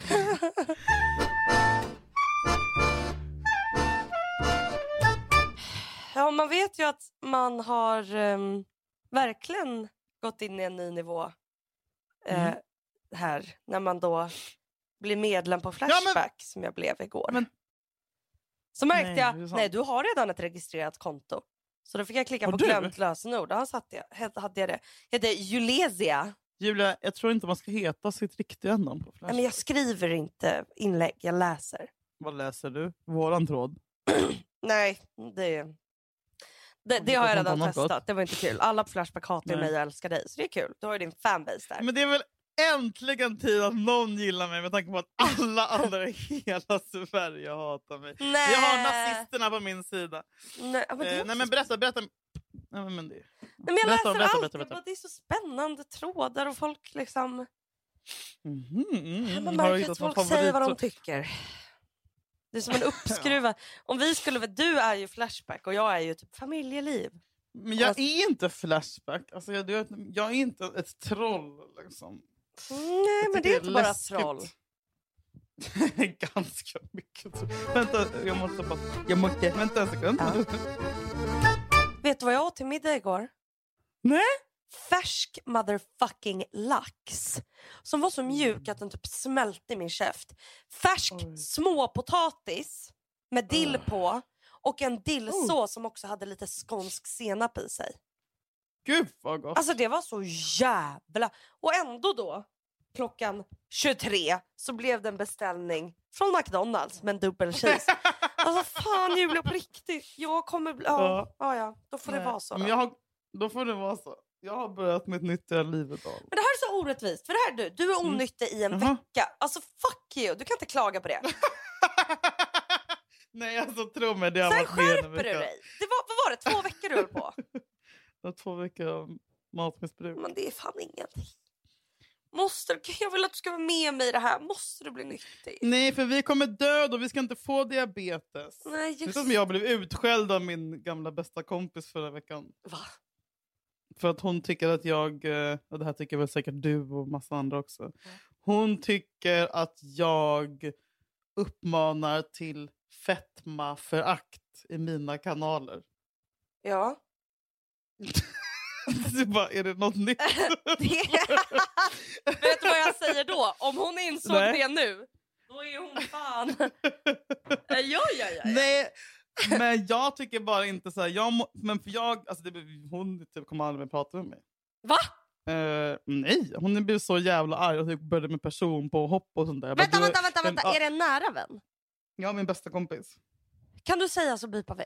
Ja, man vet ju att man har um, verkligen gått in i en ny nivå uh, mm. här. När man då blir medlem på Flashback, ja, men... som jag blev igår. Men... Så märkte nej, jag, nej du har redan ett registrerat konto. Så då fick jag klicka har på du? glömt lösenord. Då satt jag, hade jag det. Jag heter Julesia. Julia, jag tror inte man ska heta sitt riktiga namn på Flashback. Men jag skriver inte inlägg, jag läser. Vad läser du? Våran tråd? Nej, det... Det, det har jag redan testat. Gott. Det var inte kul. Alla på Flashback hatar mig och älskar dig. Så det är kul. Du har ju din fanbase där. Men det är väl äntligen tid att någon gillar mig. Med tanke på att alla andra i hela Sverige hatar mig. Nej. Jag har nazisterna på min sida. Nej men, eh, nej, men berätta, berätta. Nej, men det... nej, men jag berätta, läser berätta, allt. Berätta, berätta. Det är så spännande trådar och folk liksom... Mm, mm, man märker att folk säger vad de tycker. Det är som en uppskruva. Om vi skulle vara, du är ju Flashback och jag är ju typ familjeliv. Men jag alltså, är inte Flashback. Alltså jag, jag, jag är inte ett troll liksom. Nej, men det är inte bara troll. Ganska mycket troll. Vänta, jag måste bara... Jag måste... Vänta en sekund. Ja. Vet du vad jag åt till middag igår? Nej. Färsk motherfucking lax. Som var så mjuk att den typ smälte i min käft. Färsk Oj. småpotatis med dill på. Och en dillsås oh. som också hade lite skånsk senap i sig. Gud vad gott. Alltså det var så jävla... Och ändå då, klockan tjugotre, så blev det en beställning från McDonalds med en dubbel cheese. Alltså fan Julia, på riktigt. Jag kommer... Bli... Ja, ja, ja, då får Nej. det vara så. Då. Men jag har... då får det vara så. Jag har börjat mitt nyttiga livet av. Men det här är så orättvist. För det här du, du är onyttig mm. i en uh-huh. vecka. Alltså fuck you, du kan inte klaga på det. Nej, alltså tro mig, det har Sen varit skärper du dig. Det var, vad var det, två veckor du höll på? Det var två veckor av matmissbruk. Men det är fan ingenting. Måste, jag vill att du ska vara med mig i det här. Måste du bli nyttig? Nej, för vi kommer död och vi ska inte få diabetes. Nej, just... Det är som jag blev utskälld av min gamla bästa kompis förra veckan. Va? För att hon tycker att jag, och det här tycker väl säkert du och massa andra också. Mm. Hon tycker att jag uppmanar till fetmaförakt i mina kanaler. Ja. Det bara, är det något nytt? det... Vet du vad jag säger då? Om hon insåg Nej. det nu, då är hon fan... ja, ja, ja, ja. Nej, men jag tycker bara inte så här. Jag må... Men för jag, alltså det, hon typ kommer aldrig prata med mig. Va? Uh, nej, hon blev så jävla arg och började med person på hopp och sånt där. Vänta, bara, vänta, vänta, vänta. Är det en nära vän? Ja, min bästa kompis. Kan du säga så bipar vi?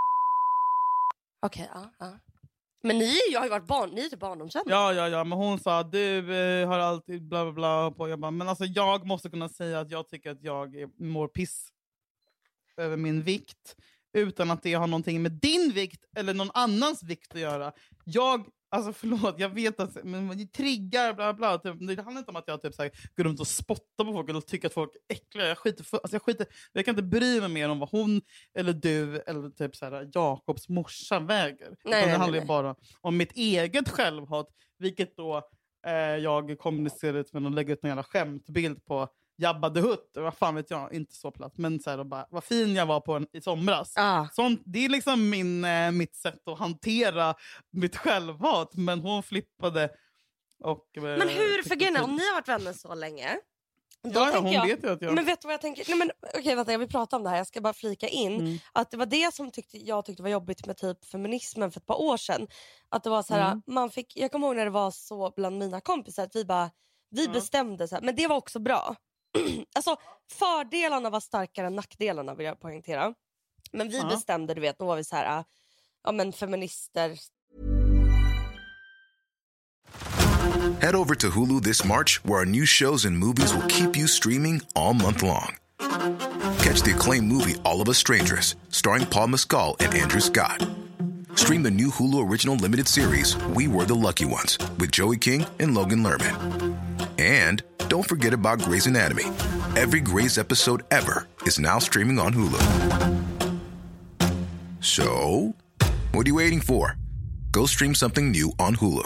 Okej, okay, ja, ja. Men ni jag har ju varit barn, ni är typ barndomsvänner. Ja, ja, ja, men hon sa du eh, har alltid bla bla bla på. Jag bara, men alltså jag måste kunna säga att jag tycker att jag mår piss över min vikt. Utan att det har någonting med din vikt eller någon annans vikt att göra. Jag, alltså förlåt, jag vet att men det triggar bla bla. Typ, det handlar inte om att jag typ så här, går runt och spottar på folk eller tycker att folk är äckliga. Jag skiter för, alltså jag skiter, jag kan inte bry mig mer om vad hon eller du eller typ så här Jakobs morsa väger. Nej, nej, det nej, handlar nej. bara om mitt eget självhat, vilket då eh, jag kommunicerar ut med att lägga ut en jävla skämtbild på Jabba the Hutt, vad fan vet jag, inte så platt, men så här, bara, vad fin jag var på en, i somras. Ah. Sånt, det är liksom min, eh, mitt sätt att hantera mitt självhat, men hon flippade. Och, eh, men hur, för grejen, om ni har varit vänner så länge, då ja, ja, hon jag, vet ju att jag... Men vet du vad jag tänker? Nej, men, okej, vänta, jag vill prata om det här. Jag ska bara flika in. Mm. Att det var det som tyckte, jag tyckte var jobbigt med typ feminismen för ett par år sedan. Att det var så här, mm. man fick, jag kommer ihåg när det var så bland mina kompisar att vi bara, vi mm. bestämde så här, men det var också bra. Alltså fördelarna var starkare än nackdelarna, vill jag poängtera. Men vi uh-huh. bestämde, du vet, då var vi så här, ja men feminister. Head over to Hulu this March, where our new shows and movies will keep you streaming all month long. Catch the acclaimed movie All of Us Strangers, starring Paul Mescal and Andrew Scott. Stream the new Hulu original limited series We Were the Lucky Ones with Joey King and Logan Lerman. And don't forget about Grey's Anatomy. Every Grey's episode ever is now streaming on Hulu. So, what are you waiting for? Go stream something new on Hulu.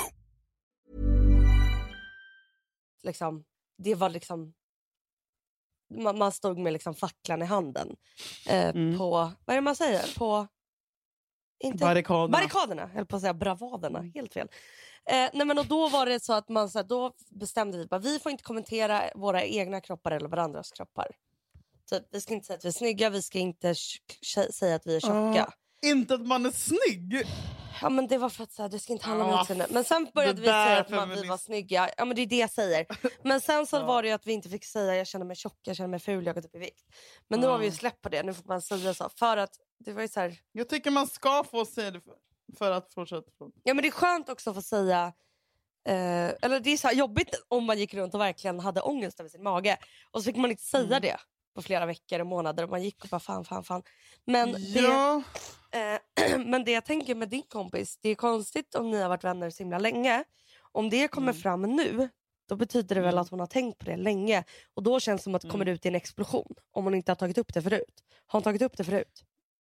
Liksom, det var liksom... Man, man stod med liksom facklan i handen. Eh, Mm. På, vad är det man säger? På... Inte, Barrikaderna. Barrikaderna, jag höll på att säga bravaderna, helt fel. Eh, nej men och då var det så att man så här, då bestämde vi bara, vi får inte kommentera våra egna kroppar eller varandras kroppar. Typ, vi ska inte säga att vi är snygga, vi ska inte sh- säga att vi är tjocka. Ah, inte att man är snygg. Ja men det var för att så här, det ska inte handla om Ah, utseende. Men sen började det vi säga där att man, vi feminist. var snygga. Ja men det är det jag säger. Men sen så Ja. var det ju att vi inte fick säga jag känner mig tjock, jag känner mig ful, jag har gått upp i vikt. Men nu har vi ju Ja. släppt på det, nu får man säga så. För att det var ju så här, Jag tycker man ska få säga det för, för att fortsätta. ja men det är skönt också att få säga eh, eller det är så här jobbigt om man gick runt och verkligen hade ångest över sin mage. Och så fick man inte säga Mm. det på flera veckor och månader. Och man gick och bara fan, fan, fan. Men det, Ja. eh, men det jag tänker med din kompis, det är konstigt om ni har varit vänner så himla länge. Om det kommer Mm. fram nu, då betyder det väl Mm. att hon har tänkt på det länge. Och då känns det som att det kommer Mm. ut i en explosion. Om hon inte har tagit upp det förut. Har hon tagit upp det förut?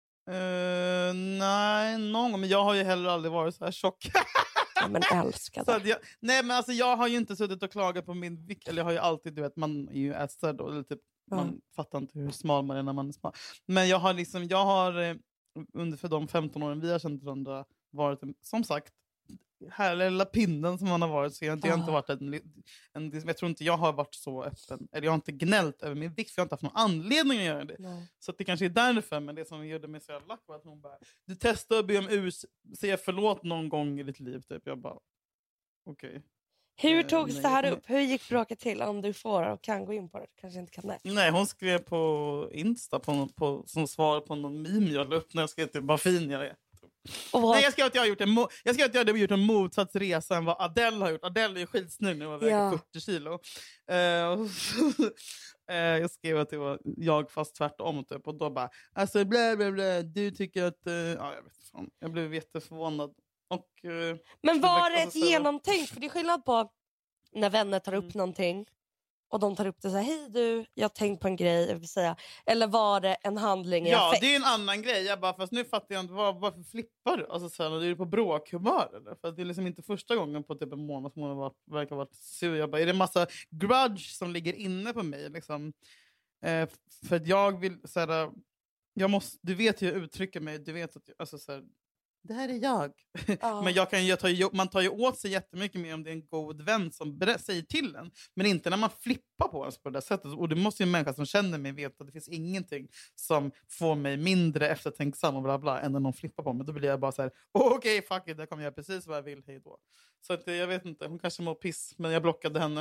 Uh, nej, någon gång. Men jag har ju heller aldrig varit så här tjock. Ja men Så älskade. att jag, nej men alltså jag har ju inte suttit och klagat på min vikt. Eller jag har ju alltid, du vet, man är ju ätstörd då. Eller typ, man Mm. fattar inte hur smal man är när man är smal. Men jag har liksom, jag har eh, under för de femton åren vi har känt varandra varit en, som sagt, här lilla pinnen som man har varit. Så jag, det har inte Ah. varit en, en, jag tror inte jag har varit så öppen. Eller jag har inte gnällt över min vikt för jag har inte haft någon anledning att göra det. Nej. Så att det kanske är därför, men det som gjorde mig så jävla lack var att hon bara, du testar att be om urs, säga förlåt någon gång i ditt liv. Typ. Jag bara, okej. Hur Eh, togs nej, det här jag- upp? Hur gick bråket till? Om du får och kan gå in på det. Kanske inte kan det. Nej, hon skrev på Insta på, någon- på, som svar på någon meme jag la upp när jag skrev till vad fin jag är. Och vad... Nej, jag skrev att jag har gjort en, mo- jag skrev att jag hade gjort en motsats resa än vad Adele har gjort. Adele är ju skitsnygg nu och väger Ja. fyrtio kilo. Eh, och eh, jag skrev att det var jag fast tvärtom typ. Och då bara, alltså blä blä blä, du tycker att, eh, ja jag vet fan. Jag blev jätteförvånad. Och, eh, Men var det alltså ett så- genomtänkt? För det är skillnad på när vänner tar upp Mm. någonting och de tar upp det så här, hej du, jag har tänkt på en grej, jag vill säga. Eller var det en handling i Ja, affekt? det är en annan grej. Jag bara, fast nu fattar jag inte, var, varför flippar du? Alltså, så här, är du på bråkhumör eller? För att det är liksom inte första gången på typ en månad som hon har varit, verkar ha varit sur. Jag bara, är det en massa grudge som ligger inne på mig? Liksom? Eh, för att jag vill, så här, jag måste, du vet hur jag uttrycker mig, du vet att, jag, alltså så här, det här är jag. Ja. Men jag kan, jag tar ju, man tar ju åt sig jättemycket mer om det är en god vän som ber- säger till en. Men inte när man flippar på en på det där sättet. Och det måste ju en människa som känner mig veta att det finns ingenting som får mig mindre eftertänksam och bla bla än när någon flippar på mig. Då blir jag bara så här, okej, okay, fuck it, jag kommer göra precis vad jag vill, hej då. Så att, jag vet inte, hon kanske mår piss, men jag blockade henne.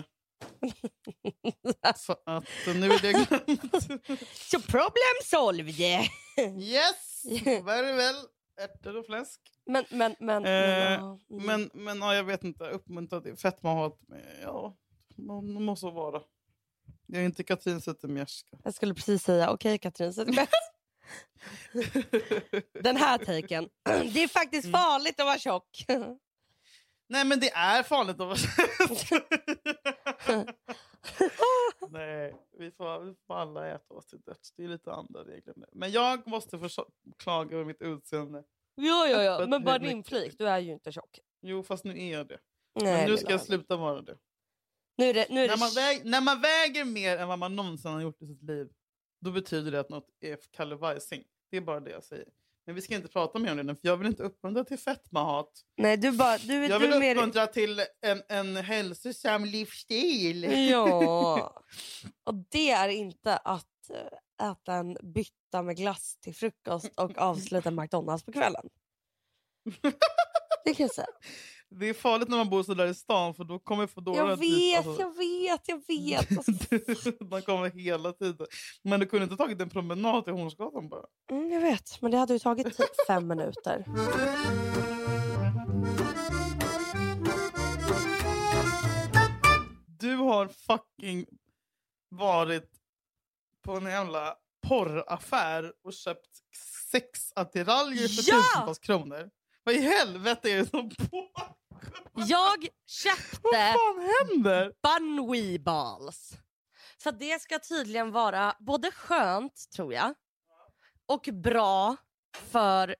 Så att nu är det glömt. Så problem solved! Yes, very well. Ärtor och fläsk. Men, men, men... Eh, ja, mm. Men, men ja, jag vet inte, uppmuntrat till fetmahat. Ja, man måste vara. Jag är inte Katrin Zettermjerska. Jag skulle precis säga, okej Katrin, så det den här taken. Det är faktiskt farligt att vara tjock. Nej, men det är farligt att vara Nej, vi får, vi får alla äta oss till döds. Det är lite andra regler nu. Men jag måste få klaga över mitt utseende. Jo, jo, jo. Men bara Mycket. din flik, du är ju inte tjock. Jo, fast nu är jag det. Nej, Men nu ska lilla jag vän. sluta vara det. Nu är det... Nu är När det... man, väg, när man väger mer än vad man någonsin har gjort i sitt liv, då betyder det att något är kallevajsing. Det är bara det jag säger. Men vi ska inte prata mer om det nu, för jag vill inte uppmuntra till fetmahat. Nej, du bara... Du, Jag du vill är mer... uppmuntra till en, en hälsosam livsstil. Ja. Och det är inte att eh, äta en bytta med glass till frukost och avsluta McDonalds på kvällen. Det kan jag säga. Det är farligt när man bor så där i stan, för då kommer Foodora... Jag vet, jag vet, jag vet. Alltså, Man kommer hela tiden. Men du kunde inte tagit en promenad till Hornsgatan bara. mm, jag vet, men det hade ju tagit typ fem minuter. Du har fucking varit på en jävla porraffär och köpt sex attiraljer för Ja! tusentals kronor. Vad i helvete är det som på? Jag köpte Vad fan händer? Bunwee balls. Så det ska tydligen vara både skönt, tror jag, och bra för,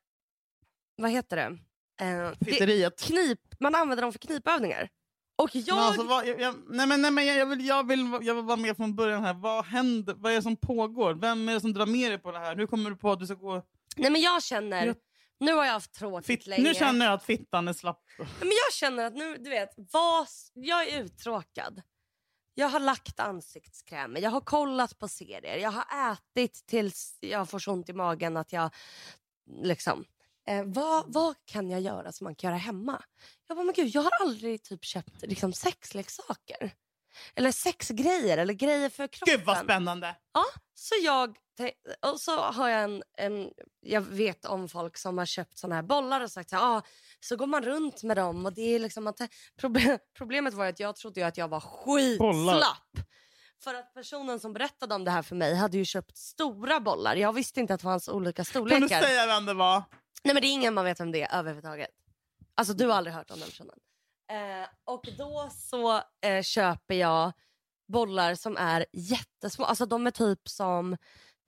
vad heter det? Eh, Fitteriet. Knip, man använder dem för knipövningar. Och jag... Men alltså, vad, jag, jag, nej men, nej, men jag, vill, jag, vill, jag vill vara med från början här. Vad händer? Vad är det som pågår? Vem är det som drar med dig på det här? Hur kommer du på att du ska gå... Nej men jag känner... Jag... Nu har jag haft tråkigt Fitt, länge. Nu känner jag att fittan är slapp. Men jag känner att nu, du vet, vad, jag är uttråkad. Jag har lagt ansiktskrämer. Jag har kollat på serier. Jag har ätit tills jag får så ont i magen att jag liksom... Eh, vad, vad kan jag göra som man kan göra hemma? Jag bara, men gud, jag har aldrig typ köpt liksom, sexleksaker. Eller sexgrejer. Eller grejer för kroppen. Gud vad spännande. Ja, så jag... Och så har jag en, en... Jag vet om folk som har köpt såna här bollar och sagt så, ah, så går man runt med dem. Och det är liksom att, problem, problemet var att jag trodde ju att jag var skitslapp. För att personen som berättade om det här för mig hade ju köpt stora bollar. Jag visste inte att det fanns olika storlekar. Kan du säga vem det var? Nej men det är ingen man vet om det är överhuvudtaget. Alltså du har aldrig hört om den personen. Eh, och då så eh, köper jag bollar som är jättesmå. Alltså de är typ som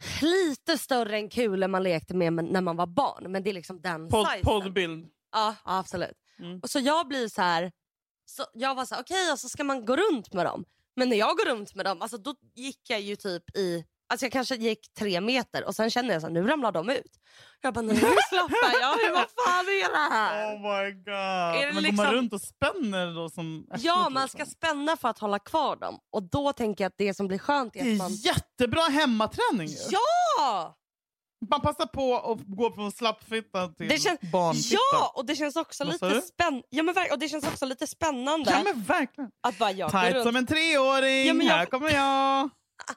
lite större än kulor man lekte med när man var barn. Men det är liksom den Pod, sizen. Poddbild. Ja, absolut. Mm. Och så jag blir så här. Så jag var så här, okej, okay, och så ska man gå runt med dem. Men när jag går runt med dem, alltså då gick jag ju typ i... Alltså jag kanske gick tre meter och sen kände jag så här, nu ramlar de ut. Jag bara, nu slappar jag. Vad fan är det här? Oh my god. Är det Men liksom... går man runt och spänner då som... Ja, man ska spänna för att hålla kvar dem. Och då tänker jag att det som blir skönt är det är att man... jättebra hemmaträning. Ja! Man passar på att gå från slappfitta till det kän... barnfitta. Ja, och det känns också Vad lite spännande. Ja, men ver- och det känns också lite spännande. Ja, men verkligen. Att bara jag Tight runt... som en treåring. Ja, men jag... Här kommer jag.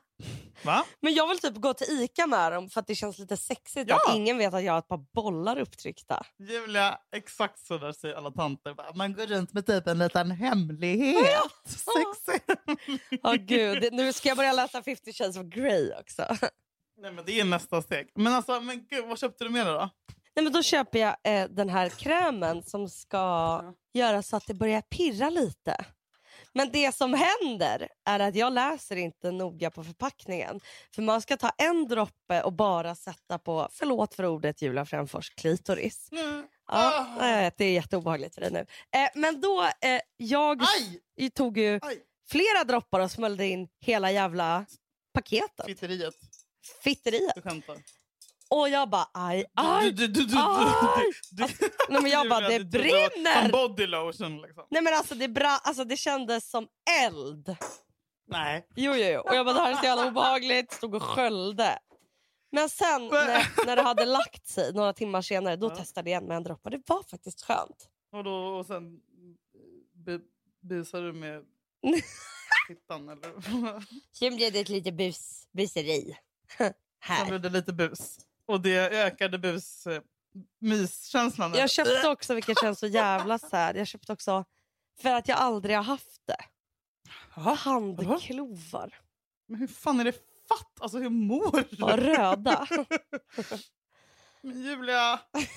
Va? Men jag vill typ gå till Ica med dem för att det känns lite sexigt ja. att ingen vet att jag har ett par bollar upptryckta. Julia, exakt så där säger alla tanter. Man går runt med typ en liten hemlighet. Sexigt. Åh oh, gud, nu ska jag börja läsa Fifty Shades of Grey också. Nej men det är nästa steg. Men alltså, men gud, vad köpte du med dig då? Nej men då köper jag eh, den här krämen som ska ja. göra så att det börjar pirra lite. Men det som händer är att jag läser inte noga på förpackningen. För man ska ta en droppe och bara sätta på, förlåt för ordet, Julia Fränfors, klitoris. Mm. Ja, oh. Det är jätteobehagligt för dig nu. Eh, men då, eh, jag Aj. tog ju Aj. flera droppar och smällde in hela jävla paketet. Fitteriet. Fitteriet. Du skämtar. Och jag bara, aj, aj, du, du, du, aj. Du, alltså, nej men jag bara, det brinner. Som body lotion liksom. Nej men alltså det, bra, alltså det kändes som eld. Nej. Jo, jo, jo. Och jag bara, det här är så jävla obehagligt. Stod och sköljde. Men sen när, när det hade lagt sig några timmar senare, då ja. testade jag igen med en droppe. Det var faktiskt skönt. Och, då, och sen busade du med fittan eller? Sen blev det ett lite bus, buseri. Här. Sen blev det lite bus. Och det ökade bus eh, myskänslan. Jag köpte också, vilket känns så jävla sad. Jag köpte också, för att jag aldrig har haft det. Aha. Handklovar. Aha. Men hur fan är det fatt? Alltså hur mår du? Och röda. Men Julia.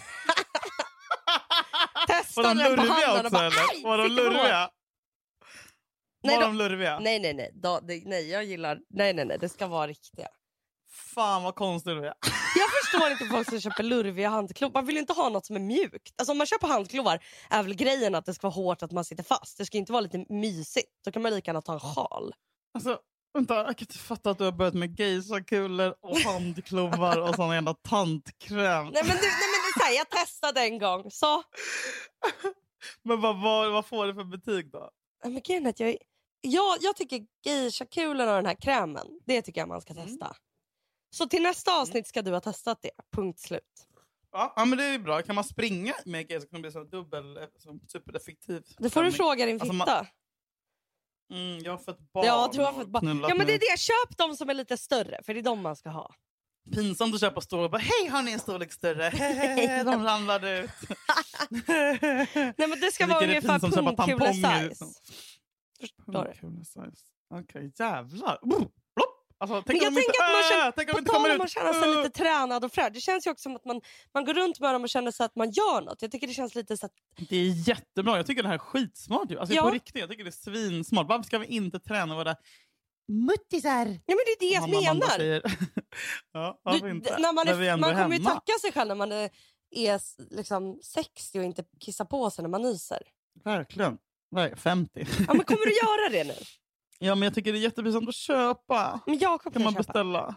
Testa var de den på handen och bara, eller? Var de lurviga? Nej, var då, de lurviga? Nej, nej, nej. Då, det, nej, jag gillar... Nej, nej, nej. Det ska vara riktiga. Fan vad konstigt du är. Jag förstår inte folk som köper lurviga handklovar. Man vill ju inte ha något som är mjukt. Alltså om man köper handklovar är väl grejen att det ska vara hårt, att man sitter fast. Det ska inte vara lite mysigt. Då kan man lika gärna ta en sjal. Alltså, vänta. Jag kan inte fatta att du har börjat med geisha-kulor och handklovar och sån jävla tantkräm. Nej men, du, nej, men det är så här, jag testade en gång. Så. Men vad, vad, vad får du för betyg då? Men grejen är att jag, jag, jag tycker geisha-kulorna och den här krämen, det tycker jag man ska testa. Mm. Så till nästa avsnitt ska du ha testat det. Punkt slut. Ja, ja men det är bra. Kan man springa med geisha så kan det bli så dubbel, så supereffektivt. Det får du fråga din alltså, fitta. Man... Mm, jag har fått barn. Ja, du har fått barn. Ja, men det är det. Köp dem som är lite större. För det är de man ska ha. Pinsamt att köpa stora och bara, hej, har ni en storlek större? De ramlade ut. Nej, men det ska vara ungefär pungkule size. Förstår du? Okej, okay, jävlar. Alltså, Men tänk jag om de inte, tänker att man äh, känner, tänk om de på inte tal kommer om ut. man känner sig lite tränad och fräsch. Det känns ju också som att man, man går runt med dem och känner sig att man gör något. Jag tycker det känns lite så att... Det är jättebra. Jag tycker det här är skitsmart. Alltså, Ja. på riktigt, jag tycker det är svinsmart. Varför ska vi inte träna våra muttisar? Ja, men det är det jag Mamma, mamma menar. säger. Ja, Du, varför inte? d- när man När vi är, ändå man är kommer ju hemma. tacka sig själv när man är, är s- liksom sextio och inte kissar på sig när man nyser. Verkligen. Ver- femtio. Ja, men kommer du göra det nu? Ja, men jag tycker det är jättebrysamt att köpa. Men Jakob Kan kan man köpa. beställa?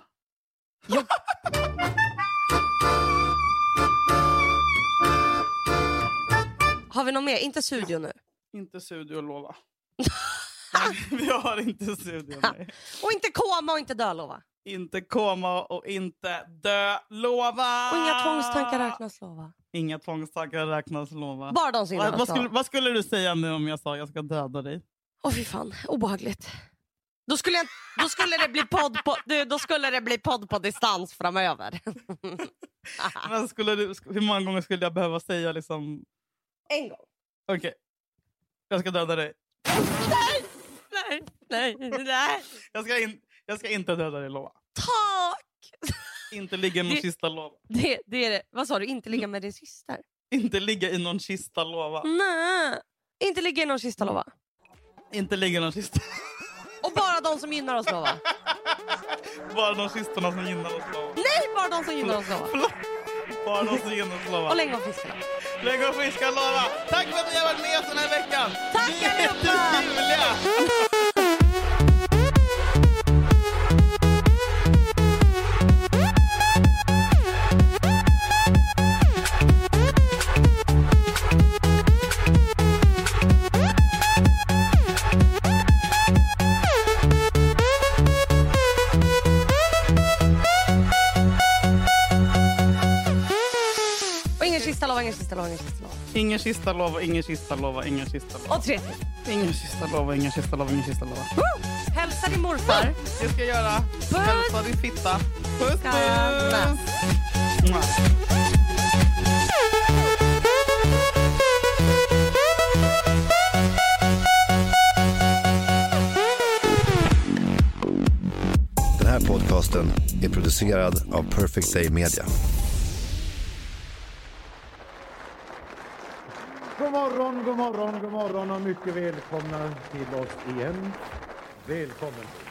Har vi något mer? Inte studio nu. Inte studio, lova. Nej, vi har inte studio, nej. Och inte koma och inte dölova. Inte komma och inte dö, lova! Och inga tvångstankar räknas lova. Inga tvångstankar räknas, lova. Bara de som vad, innan vad, skulle, lova. vad skulle du säga nu om jag sa jag ska döda dig? Åh fy fan, obehagligt. Då skulle, jag, då skulle det bli podd på, du, då skulle det bli podd på distans framöver. Men skulle du, hur många gånger skulle jag behöva säga liksom... En gång. Okej, okay. Jag ska döda dig. Nej, nej, nej. Jag ska, in, jag ska inte döda dig, lova. Tack! Inte ligga i någon Det- kista, lova. Det, det är det. Vad sa du? Inte ligga med din syster? Inte ligga i någon kista, lova. Nej. Inte ligga i någon kista, lova. Inte ligga i någon kista. Och bara de som gynnar oss, lova. Bara de kistorna som gynnar oss, lova. Nej, bara de som gynnar oss, lova. Förlåt. Bara de som gynnar oss, lova. Och länge och friska. Länge och friska, lova. Tack för att ni har varit med oss den här veckan. Tack Vi är allihopa. jättetrevliga. Och ingen kista, lova, ingen kista, lova, ingen kista, lova. Ingen kista, lova, ingen kista, lova, ingen kista, lova. Och tre till. Ingen kista, lova, ingen kista, lova, ingen kista, lova. Woo! Hälsa din morfar. Det ska jag göra. Puss. Hälsa din fitta. Puss, Kramar. puss. Mua. Den här podcasten är producerad av Perfect Day Media. God morgon, god morgon, god morgon och mycket välkomna till oss igen. Välkommen.